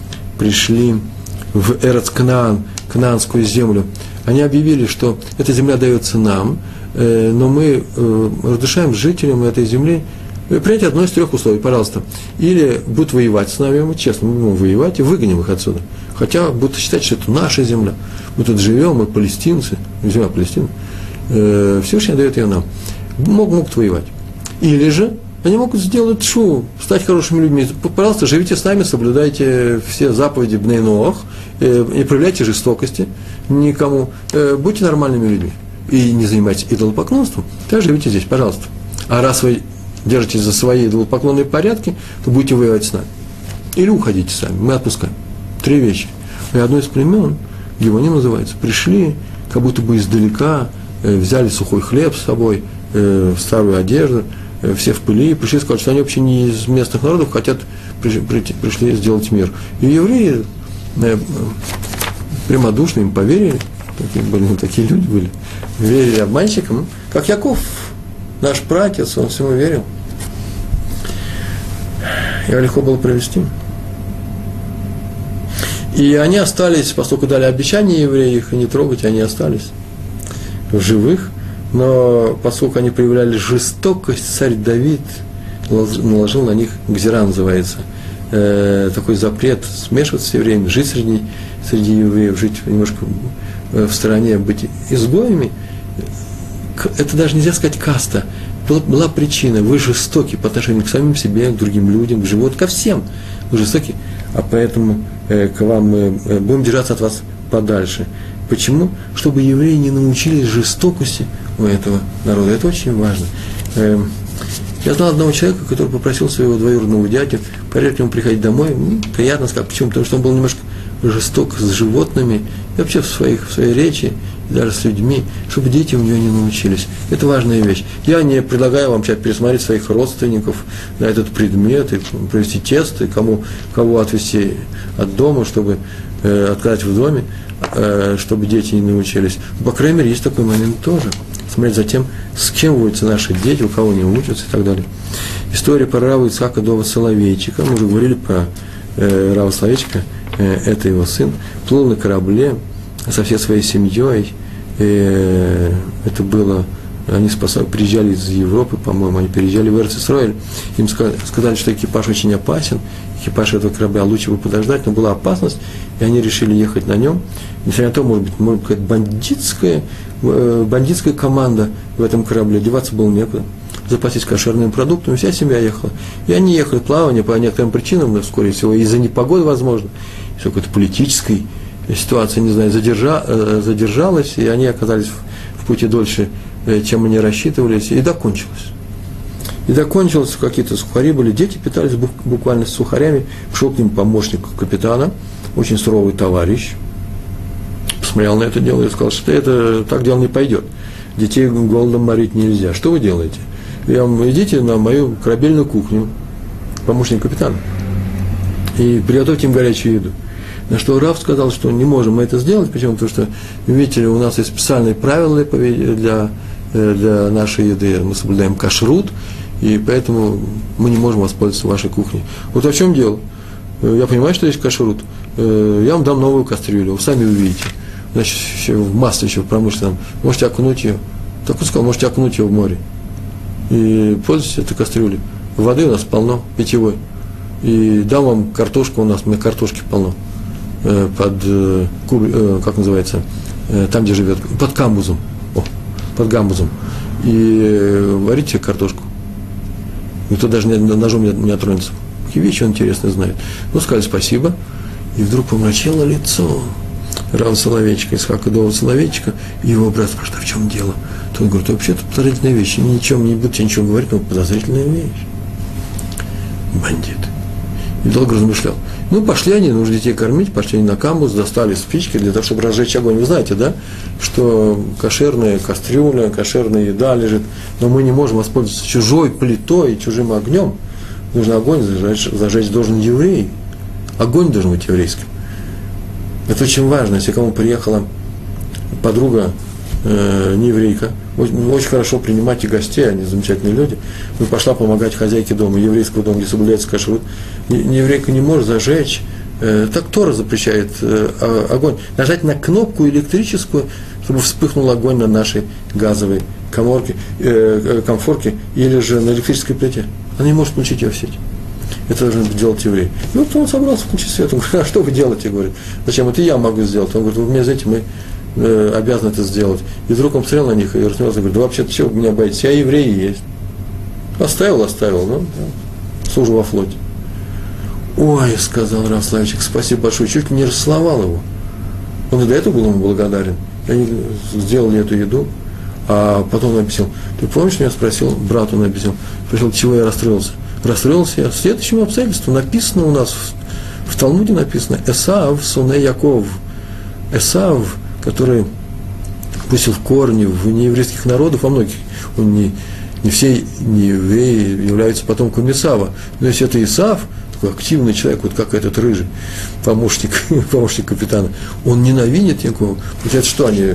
S1: в Эрец-Кнаан, Кнаанскую землю, они объявили, что эта земля дается нам, но мы разрешаем жителям этой земли принять одно из 3 условий, пожалуйста. Или будут воевать с нами, мы честно будем воевать и выгоним их отсюда. Хотя будут считать, что это наша земля. Мы тут живем, мы палестинцы, земля Палестины. Всевышний дает ее нам. Могут воевать. Или же они могут сделать стать хорошими людьми. Пожалуйста, живите с нами, соблюдайте все заповеди Бней Ноах, не проявляйте жестокости никому, будьте нормальными людьми. И не занимайтесь идолопоклонством, так живите здесь, пожалуйста. А раз вы держитесь за свои идолопоклонные порядки, то будете воевать с нами. Или уходите сами, мы отпускаем. 3 вещи. И одно из племен, Гевоним называется, пришли, как будто бы издалека, взяли сухой хлеб с собой, старую одежду, все в пыли, пришли и сказали, что они вообще не из местных народов, хотят, пришли сделать мир. И евреи прямодушно им поверили, такие люди были, верили обманщикам, как Яков, наш праотец, он всему верил. Его легко было провести. И они остались, поскольку дали обещание евреям их не трогать, они остались в живых. Но поскольку они проявляли жестокость, царь Давид наложил на них гзира, называется, такой запрет смешиваться с евреями, жить среди евреев, жить немножко в стороне, быть изгоями. Это даже нельзя сказать каста. Была причина, вы жестоки по отношению к самим себе, к другим людям, к животным, ко всем. Вы жестоки, а поэтому к вам мы будем держаться от вас подальше. Почему? Чтобы евреи не научились жестокости у этого народа. Это очень важно. Я знал одного человека, который попросил своего двоюродного дядю поехать к нему приходить домой. Приятно сказать, почему? Потому что он был немножко жесток с животными, и вообще в своей речи, и даже с людьми, чтобы дети у него не научились. Это важная вещь. Я не предлагаю вам сейчас пересмотреть своих родственников на этот предмет, и провести тесты, кого отвезти от дома, чтобы отказать в доме, чтобы дети не научились. По крайней мере, есть такой момент тоже. Смотреть за тем, с кем водятся наши дети, у кого они учатся и так далее. История про Рава Ицхака Дова Соловейчика. Мы уже говорили про Рава Соловейчика. Это его сын. Плыл на корабле со всей своей семьей. Это было... Они приезжали из Европы, по-моему, они переезжали в Эрец-Исроэль. Им сказали, что экипаж очень опасен, экипаж этого корабля лучше бы подождать, но была опасность, и они решили ехать на нем. Несмотря на то, может быть, какая-то бандитская команда в этом корабле, деваться было некуда, запастись кошерными продуктами, вся семья ехала. И они ехали в плавание по некоторым причинам, но, скорее всего, из-за непогоды, возможно, из-за какой-то политической ситуации, не знаю, задержалась, и они оказались в пути дольше, чем они рассчитывались, и докончилось. И докончилось, какие-то сухари были, дети питались буквально с сухарями. Пришел к ним помощник капитана, очень суровый товарищ, посмотрел на это дело и сказал, что это так дело не пойдет. Детей голодом морить нельзя. Что вы делаете? Идите на мою корабельную кухню, помощник капитана, и приготовьте им горячую еду. На что Рав сказал, что не можем мы это сделать, почему? Потому что, видите ли, у нас есть специальные правила для нашей еды, мы соблюдаем кашрут, и поэтому мы не можем воспользоваться вашей кухней. Вот о чем дело? Я понимаю, что есть кашрут, я вам дам новую кастрюлю, вы сами увидите. Значит, еще в масле, еще в промышленном, можете окунуть ее, так он сказал, можете окунуть ее в море. И пользуйтесь этой кастрюлей. Воды у нас полно, питьевой. И дам вам картошку, у нас картошки полно. Как называется, там, где живет, под камбузом. Под гамбузом. И варите картошку. Никто даже ножом не отронется. Какие вещи он интересно знает. Ну, сказали спасибо. И вдруг помрачело лицо Рава Соловейчика, Ицхака Дова Соловейчика, и его брат спрашивает, а в чем дело? То он говорит, вообще-то подозрительная вещь. Ничем не буду тебе ничего говорить, но подозрительная вещь. Бандит. И долго размышлял. Ну, пошли они, нужно детей кормить, пошли они на камбуз, достали спички для того, чтобы разжечь огонь. Вы знаете, да, что кошерная кастрюля, кошерная еда лежит, но мы не можем воспользоваться чужой плитой, чужим огнем. Нужно огонь зажечь должен еврей. Огонь должен быть еврейским. Это очень важно. Если кому приехала подруга, не еврейка, очень хорошо принимать и гостей, они замечательные люди. Ну, пошла помогать хозяйке дома, еврейского дома, где соблюдается кашрут. Еврейка не может зажечь. Так Тора запрещает огонь. Нажать на кнопку электрическую, чтобы вспыхнул огонь на нашей газовой комфорке или же на электрической плите. Она не может включить ее в сеть. Это должен делать еврей. И вот он собрался включить свет. Он говорит, а что вы делаете? Говорит, зачем? Это я могу сделать. Он говорит, вы меня знаете, мы обязаны это сделать. И вдруг он посмотрел на них и рассмеялся, говорит, да вообще-то чего вы меня боитесь? Я еврей и есть. Оставил, ну, служу во флоте. Ой, сказал Рав Соловейчик, спасибо большое, чуть ли не расцеловал его. Он и до этого был ему благодарен. Они сделали эту еду, а потом он объяснил, ты помнишь, меня спросил, брат он объяснил, спросил, чего я расстроился? Расстроился я следующим обстоятельством. Написано у нас, в Талмуде написано, Эсав, суне Яков. Эсав, который пустил в корни в нееврейских народов, во многих, он не все неевреи являются потомками Исава, но если это Исав, такой активный человек, вот как этот рыжий помощник капитана, он ненавидит Якова. Получается, что они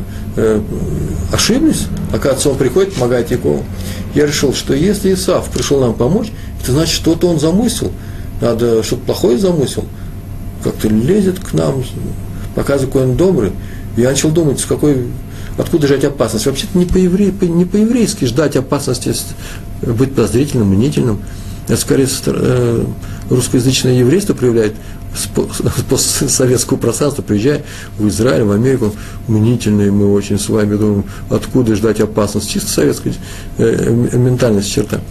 S1: ошиблись? Оказывается, он приходит, помогает Якову. Я решил, что если Исав пришел нам помочь, это значит, что-то он замыслил, надо что-то плохое замыслил. как-то лезет к нам, показывает, какой он добрый. Я начал думать, откуда ждать опасность. Вообще-то не по-еврейски ждать опасности, быть подозрительным, мнительным. Это скорее русскоязычное еврейство проявляет с постсоветского пространства, приезжая в Израиль, в Америку, мнительные мы очень с вами думаем, откуда ждать опасность. Чисто советская ментальность черта.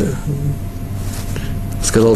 S1: Сказал.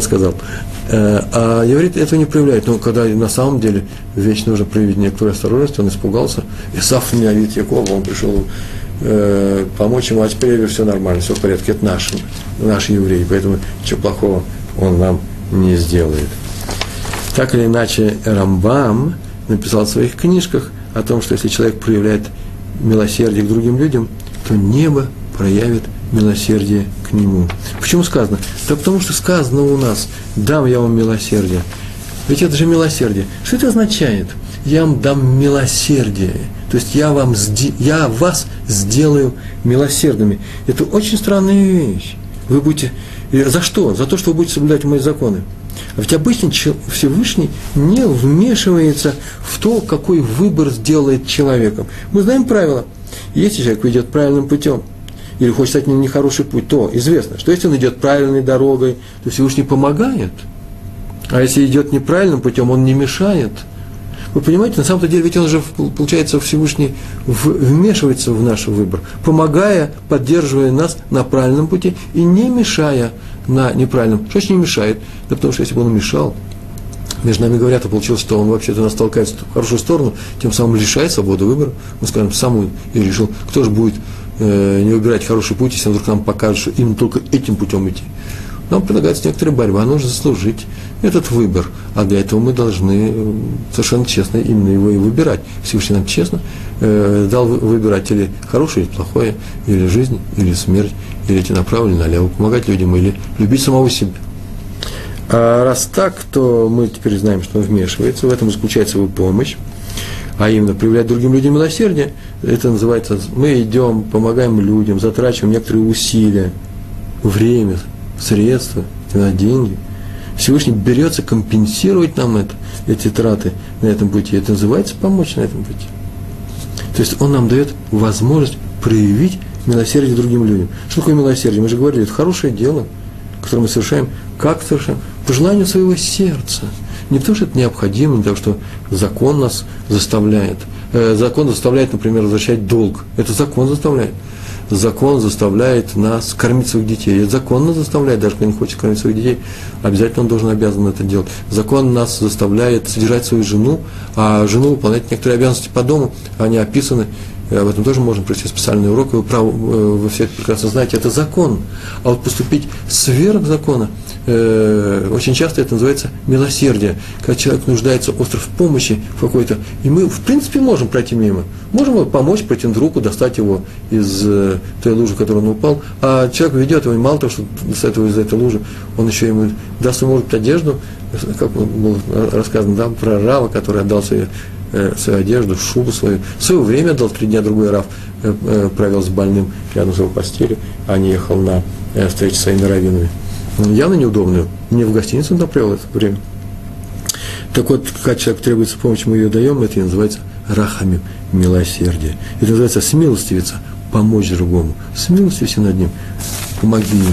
S1: А еврей этого не проявляет. Но когда на самом деле вещь нужно проявить некоторую осторожность, он испугался. Исав ненавидит Якова, он пришел помочь ему, а теперь все нормально, все в порядке, это наш еврей, поэтому ничего плохого он нам не сделает. Так или иначе, Рамбам написал в своих книжках о том, что если человек проявляет милосердие к другим людям, то небо проявит милосердие к нему. Почему сказано? Да потому что сказано у нас: «Дам я вам милосердие». Ведь это же милосердие. Что это означает? Я вам дам милосердие. То есть я вас сделаю милосердными. Это очень странная вещь. Вы будете... За что? За то, что вы будете соблюдать мои законы. А ведь обычно Всевышний не вмешивается в то, какой выбор сделает человеком. Мы знаем правила. Если человек идет правильным путем, или хочет стать на нехороший путь, то известно, что если он идет правильной дорогой, то Всевышний помогает. А если идет неправильным путем, он не мешает. Вы понимаете, на самом-то деле, ведь он же, получается, Всевышний вмешивается в наш выбор, помогая, поддерживая нас на правильном пути и не мешая на неправильном. Что значит не мешает? Да потому что если бы он мешал, между нами говорят, а получилось, что он вообще-то нас толкает в хорошую сторону, тем самым лишает свободы выбора. Мы скажем, сам и решил, кто же будет не выбирать хороший путь, если он вдруг нам покажет, что именно только этим путем идти. Нам предлагается некоторая борьба, нужно заслужить этот выбор, а для этого мы должны совершенно честно именно его и выбирать. Всевышний нам честно дал выбирать или хорошее, или плохое, или жизнь, или смерть, или идти направо, или налево, помогать людям, или любить самого себя. А раз так, то мы теперь знаем, что он вмешивается, в этом заключается его помощь, а именно проявлять другим людям милосердие. Это называется, мы идем, помогаем людям, затрачиваем некоторые усилия, время, средства, деньги. Всевышний берется компенсировать нам эти траты на этом пути. Это называется помочь на этом пути. То есть он нам дает возможность проявить милосердие другим людям. Что такое милосердие? Мы же говорили, это хорошее дело, которое мы совершаем. Как совершаем? По желанию своего сердца. Не потому, что это необходимо, не потому, что закон нас заставляет. Закон заставляет, например, возвращать долг. Это закон заставляет. Закон заставляет нас кормить своих детей. Это закон нас заставляет, даже когда не хочет кормить своих детей, обязательно он должен, обязан это делать. Закон нас заставляет содержать свою жену, а жену выполнять некоторые обязанности по дому, они описаны. Об этом тоже можно провести специальный урок, вы все это прекрасно знаете, это закон. А вот поступить сверх закона, очень часто это называется милосердие. Когда человек нуждается остро в помощи в какой-то, и мы, в принципе, можем пройти мимо. Можем помочь, протянуть руку, достать его из той лужи, в которой он упал, а человек ведет его, и мало того, что достает его из этой лужи, он еще ему даст ему, может быть, одежду, как было рассказано, да, про Рава, который отдал свою одежду, шубу свою. В свое время отдал 3 дня, другой Рав провел с больным рядом с его постелью, а не ехал на встречу с своими раввинами. Явно неудобную. Не в гостиницу он провел это время. Так вот, когда человеку требуется помощь, мы ее даем, это и называется рахамим, милосердие. Это называется смилостивиться, помочь другому. Смилостивься над ним, помоги ему.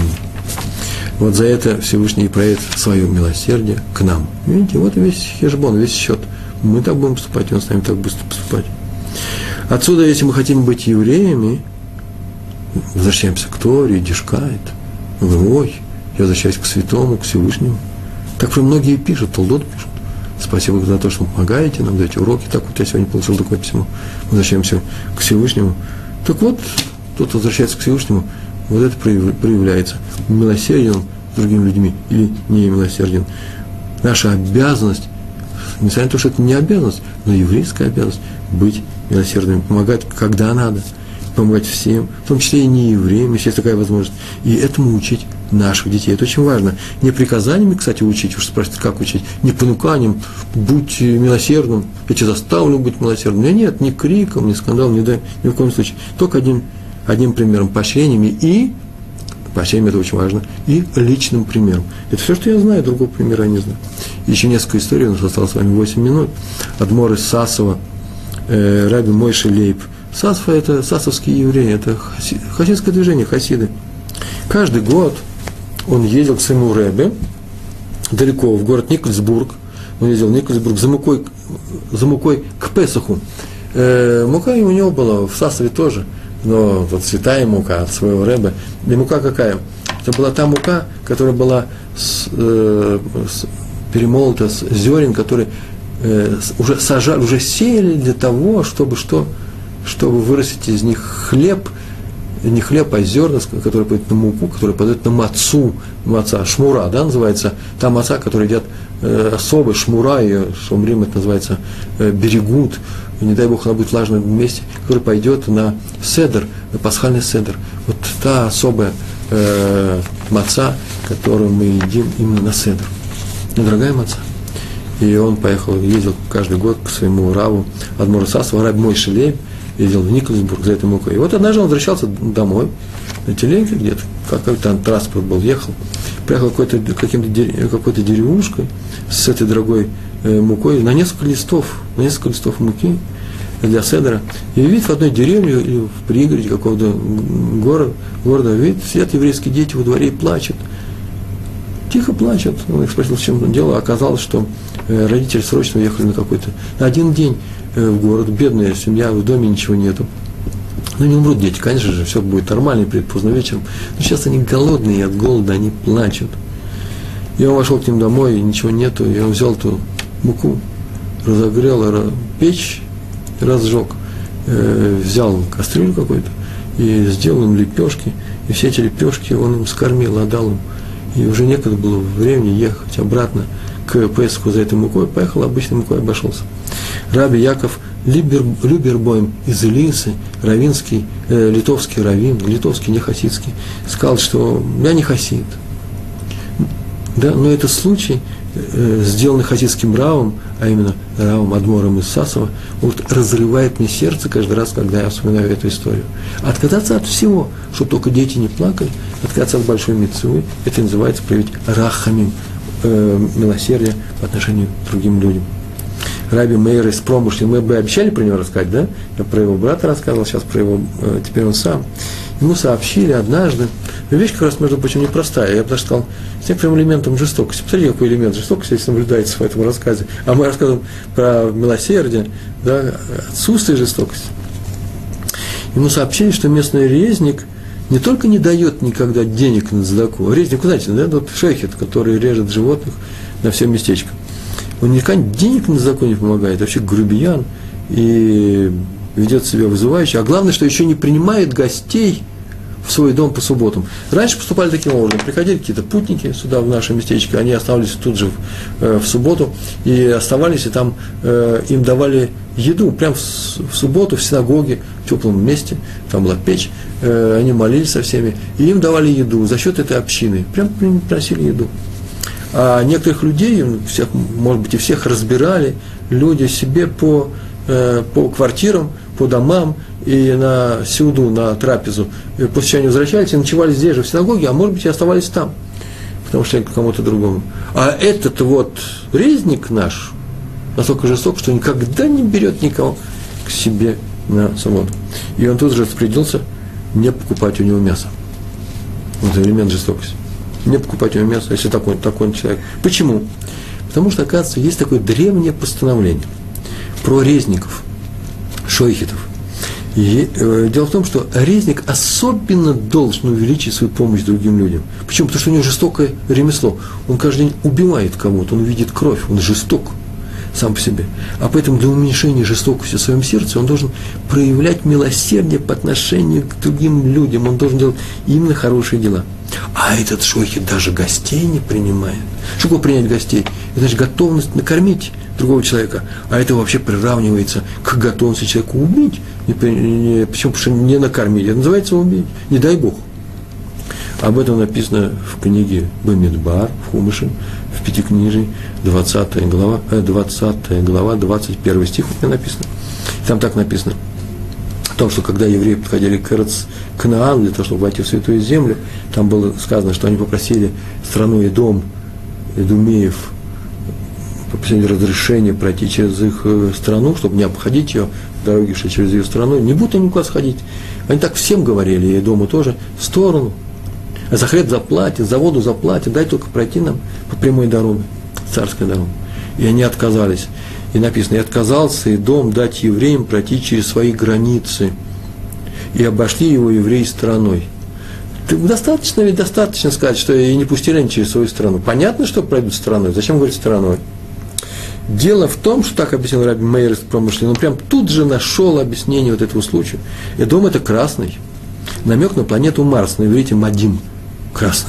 S1: Вот за это Всевышний проявит свое милосердие к нам. Видите, вот весь хешбон, весь счет. Мы так будем поступать, он с нами так быстро поступать. Отсюда, если мы хотим быть евреями, возвращаемся к Торе, Дишкайт, ой, я возвращаюсь к святому, к Всевышнему. Так про многие пишут, Толдот пишут. Спасибо за то, что вы помогаете нам, даете уроки. Так вот я сегодня получил такое письмо. Возвращаемся к Всевышнему. Так вот, тот, кто возвращается к Всевышнему, вот это проявляется. Милосерден с другими людьми или не милосерден. Наша обязанность, несмотря на то, что это не обязанность, но еврейская обязанность быть милосердными, помогать, когда надо, помогать всем, в том числе и неевреям, если есть такая возможность, и этому учить наших детей. Это очень важно. Не приказаниями, кстати, учить, уж спрашивают, как учить, не понуканием, будь милосердным, я тебя заставлю быть милосердным. Нет, ни криком, ни скандалом, ни в коем случае. Только одним примером, поощрениями и поощрением, это очень важно, и личным примером. Это все, что я знаю, другого примера я не знаю. Еще несколько историй, у нас осталось с вами 8 минут. Адмор из Сасова, Раби Мойше Лейб. Сасва – это сасовские евреи, это хасидское движение, хасиды. Каждый год он ездил к своему Ребе, далеко, в город Никольсбург. Он ездил в Никольсбург за мукой к Песаху. Мука у него была, в Сасове тоже, но вот святая мука от своего Ребе. И мука какая? Это была та мука, которая была перемолота с зерен, которые уже сажали, уже сеяли для того, чтобы вырастить из них хлеб, не хлеб, а зерна, которые пойдут на муку, которые пойдут на мацу, маца, шмура, да, называется, та маца, которая едят особо, шмура, ее, шумрим, это называется, берегут, не дай Бог, она будет в влажном месте, который пойдет на седер, на пасхальный седер. Вот та особая маца, которую мы едим именно на седер. Недорогая маца. И он ездил каждый год к своему раву Адмору Сасова, Раби Мойше Лейб, ездил в Никольсбург за этой мукой. И вот однажды он возвращался домой, на телеге где-то, какой-то там транспорт был, ехал, приехал какой-то деревушкой с этой дорогой мукой на несколько листов муки для седера. И видит в одной деревне или в пригороде какого-то города, видит, сидят еврейские дети во дворе и плачут. Тихо плачут. Он их спросил, в чем дело. Оказалось, что родители срочно уехали на один день в город, бедная семья, в доме ничего нету. Ну, не умрут дети, конечно же, все будет нормально, придет поздно вечером. Но сейчас они голодные, и от голода они плачут. И он вошел к ним домой, и ничего нету, и он взял эту муку, разогрел печь, разжег, взял кастрюлю какую-то и сделал им лепешки, и все эти лепешки он им скормил, отдал им. И уже некогда было времени ехать обратно к Песаху за этой мукой, поехал обычной мукой, обошелся. Раби Яков Любербойм из Илисы, равинский, литовский раввин, литовский, не хасидский, сказал, что я не хасид. Да, но этот случай, сделанный хасидским равом, а именно равом Адмором из Сасова, вот разрывает мне сердце каждый раз, когда я вспоминаю эту историю. Отказаться от всего, чтобы только дети не плакали, отказаться от большой мицвы, это называется проявить рахамим, милосердие по отношению к другим людям. Раби Мейер из Промышлен, мы бы обещали про него рассказать, да? Я про его брата рассказывал, сейчас про его, теперь он сам. Ему сообщили однажды, вещь как раз, между прочим, непростая, я бы даже сказал, с некоторым элементом жестокости. Посмотрите, какой элемент жестокости здесь наблюдается в этом рассказе. А мы рассказываем про милосердие, да, отсутствие жестокости. Ему сообщили, что местный резник не только не дает никогда денег на цдаку, резник, вы знаете, да, вот шейхет, который режет животных на все местечко. Он никогда денег на цдаку не помогает, вообще грубиян, и ведет себя вызывающе, а главное, что еще не принимает гостей в свой дом по субботам. Раньше поступали таким образом, приходили какие-то путники сюда, в наше местечко, они оставались тут же в субботу, и оставались, и там им давали еду, прямо в субботу в синагоге, в теплом месте, там была печь, они молились со всеми, и им давали еду за счет этой общины, прям приносили еду. А некоторых людей, всех, может быть, и всех разбирали люди себе по квартирам, по домам и на сюду, на трапезу. И после чего они возвращались и ночевали здесь же, в синагоге, а может быть, и оставались там, потому что кому-то другому. А этот вот резник наш настолько жесток, что никогда не берет никого к себе на субботу. И он тут же распорядился не покупать у него мясо. Вот элемент жестокости. Не покупать у него мясо, если такой человек. Почему? Потому что, оказывается, есть такое древнее постановление про резников, шойхетов. И дело в том, что резник особенно должен увеличить свою помощь другим людям. Почему? Потому что у него жестокое ремесло. Он каждый день убивает кого-то, он видит кровь, он жесток сам по себе. А поэтому для уменьшения жестокости в своем сердце он должен проявлять милосердие по отношению к другим людям. Он должен делать именно хорошие дела. А этот шойхет даже гостей не принимает. Что такое принять гостей? Это значит готовность накормить другого человека. А это вообще приравнивается к готовности человека убить. Почему? Потому что не накормить. Это называется убить. Не дай Бог. Об этом написано в книге Бамидбар, в Хумыше, в Пятикнижии, 20 глава, 21 стих у меня написано. Там так написано. о том, что когда евреи подходили к Кнаан, для того, чтобы войти в Святую Землю, там было сказано, что они попросили страну Идумеев, попросили разрешения пройти через их страну, чтобы не обходить ее, дороги шли через ее страну, не будут они никуда сходить. Они так всем говорили, и Эдому тоже, в сторону. А за хлеб заплатит, за воду заплатит, дай только пройти нам по прямой дороге, царской дороге. И они отказались. И написано, и отказался Эдом дать евреям пройти через свои границы. И обошли его евреи стороной. Достаточно сказать, что и не пустили они через свою страну. Понятно, что пройдут стороной. Зачем говорить стороной? Дело в том, что так объяснил Раби Меир из Промышления, он прям тут же нашел объяснение вот этого случая. Эдом – это красный. Намек на планету Марс, на иврите Мадим. Красный.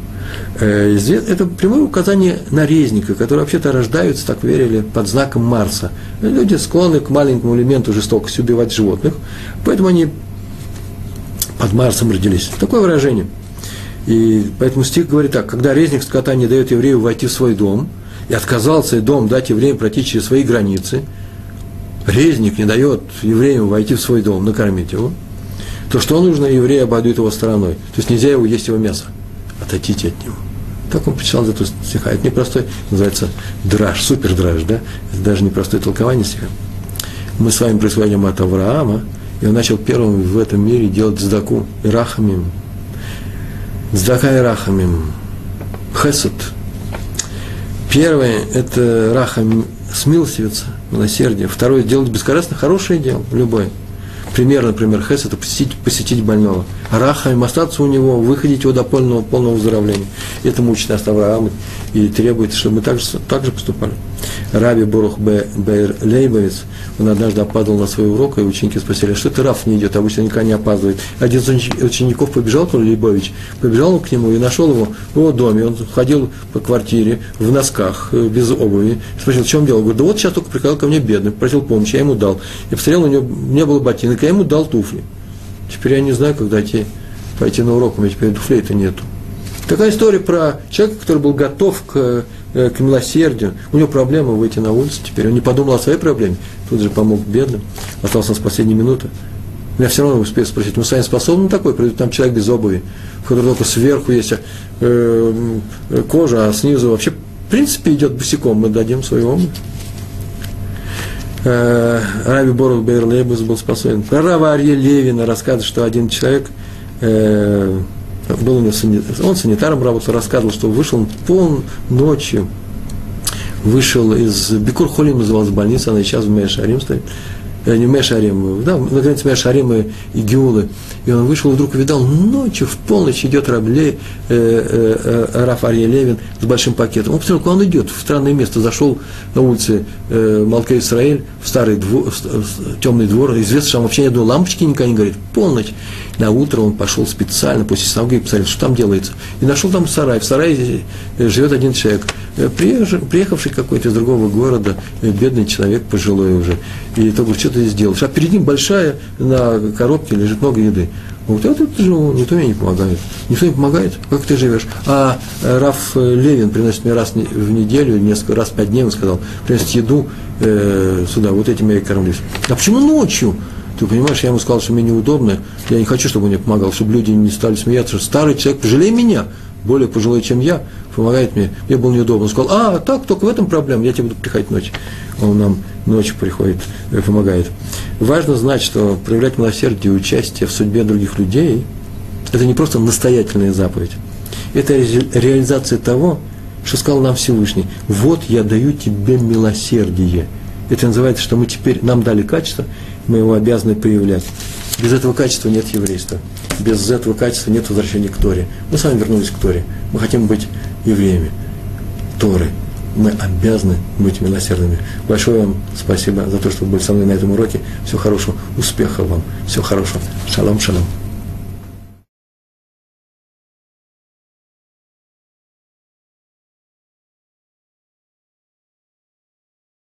S1: Это прямое указание на резника, которые вообще-то рождаются, так верили, под знаком Марса. Люди склонны к маленькому элементу жестокости убивать животных, поэтому они под Марсом родились. Такое выражение. И поэтому стих говорит так: когда резник скота не дает еврею войти в свой дом, и отказался дом дать евреям пройти через свои границы, резник не дает евреям войти в свой дом, накормить его, то что нужно, евреи обойдут его стороной. То есть нельзя его есть его мясо. Отойдите от него. Так он прочитал эту стиха. Это непростой, называется драж, супер драж, да? Это даже непростое толкование стиха. Мы с вами происходим от Авраама, и он начал первым в этом мире делать цдаку и рахамим. Цдака и рахамим. Хесед. Первое – это рахам, смилостивиться, милосердие. Второе – делать бескорыстно хорошее дело, любое. Пример, например, хесед – это посетить больного. Рахам – остаться у него, выходить его до полного выздоровления. Это учит нас Авраам и требует, чтобы мы так же поступали. Раби Борух Бейр Лейбовец, он однажды опаздывал на свой урок, и ученики спросили, что это Раф не идет, обычно никогда не опаздывает. Один из учеников побежал, то ли Лейбович, побежал к нему и нашел его в его доме. Он ходил по квартире в носках, без обуви. Спросил, в чем дело? Говорит, да вот сейчас только приходил ко мне бедный, просил помощи, я ему дал. Я посмотрел, у него не было ботинок, я ему дал туфли. Теперь я не знаю, когда пойти на урок, у меня теперь туфлей-то нету. Такая история про человека, который был готов к милосердию. У него проблема выйти на улицу теперь. Он не подумал о своей проблеме, тут же помог бедным. Остался у нас последние минуты. Я все равно успею спросить, мы сами способны такой? Придет там человек без обуви, в котором только сверху есть кожа, а снизу вообще, в принципе, идет босиком. Мы дадим свою обувь. Раби Борух Бейр Лейбовец был способен. Про Рава Арье Левина рассказывает, что один человек был у него он санитаром работал, рассказывал, что вышел ночью, вышел из Бикур-Холим, называлась больница, она сейчас в Меа-Шаарим стоит, не в Меа-Шаарим, да, на границе Меа-Шаарима и Геулы. И он вышел, вдруг увидал, ночью, в полночь идет Рав Арье Левин с большим пакетом. Он посмотрел, куда он идет, в странное место, зашел на улице Малкей Исраэль, в старый двор, в темный двор, известно, что там вообще ни одной лампочки никогда не горит, полночь. На утро он пошел специально после синагоги посмотреть, что там делается. И нашел там сарай. В сарае живет один человек, приехавший какой-то из другого города, бедный человек, пожилой уже. И тот говорит, что ты здесь делаешь? А перед ним большая на коробке лежит много еды. Он говорит, а ты живу, никто мне не помогает. Никто не помогает? Как ты живешь? А Рав Левин приносит мне раз в неделю, несколько раз в 5 дней, он сказал, приносит еду сюда, вот этим я и кормлюсь. А почему ночью? Ты понимаешь, я ему сказал, что мне неудобно, я не хочу, чтобы он мне помогал, чтобы люди не стали смеяться, что старый человек, пожалей меня, более пожилой, чем я, помогает мне было неудобно. Он сказал, так, только в этом проблема, я тебе буду приходить ночью. Он нам ночью приходит, помогает. Важно знать, что проявлять милосердие и участие в судьбе других людей – это не просто настоятельная заповедь, это реализация того, что сказал нам Всевышний. Вот я даю тебе милосердие. Это называется, что мы теперь, нам дали качество, мы его обязаны проявлять. Без этого качества нет еврейства. Без этого качества нет возвращения к Торе. Мы с вами вернулись к Торе. Мы хотим быть евреями Торы. Мы обязаны быть милосердными. Большое вам спасибо за то, что вы были со мной на этом уроке. Всего хорошего, успехов вам. Всего хорошего. Шалом, шалом.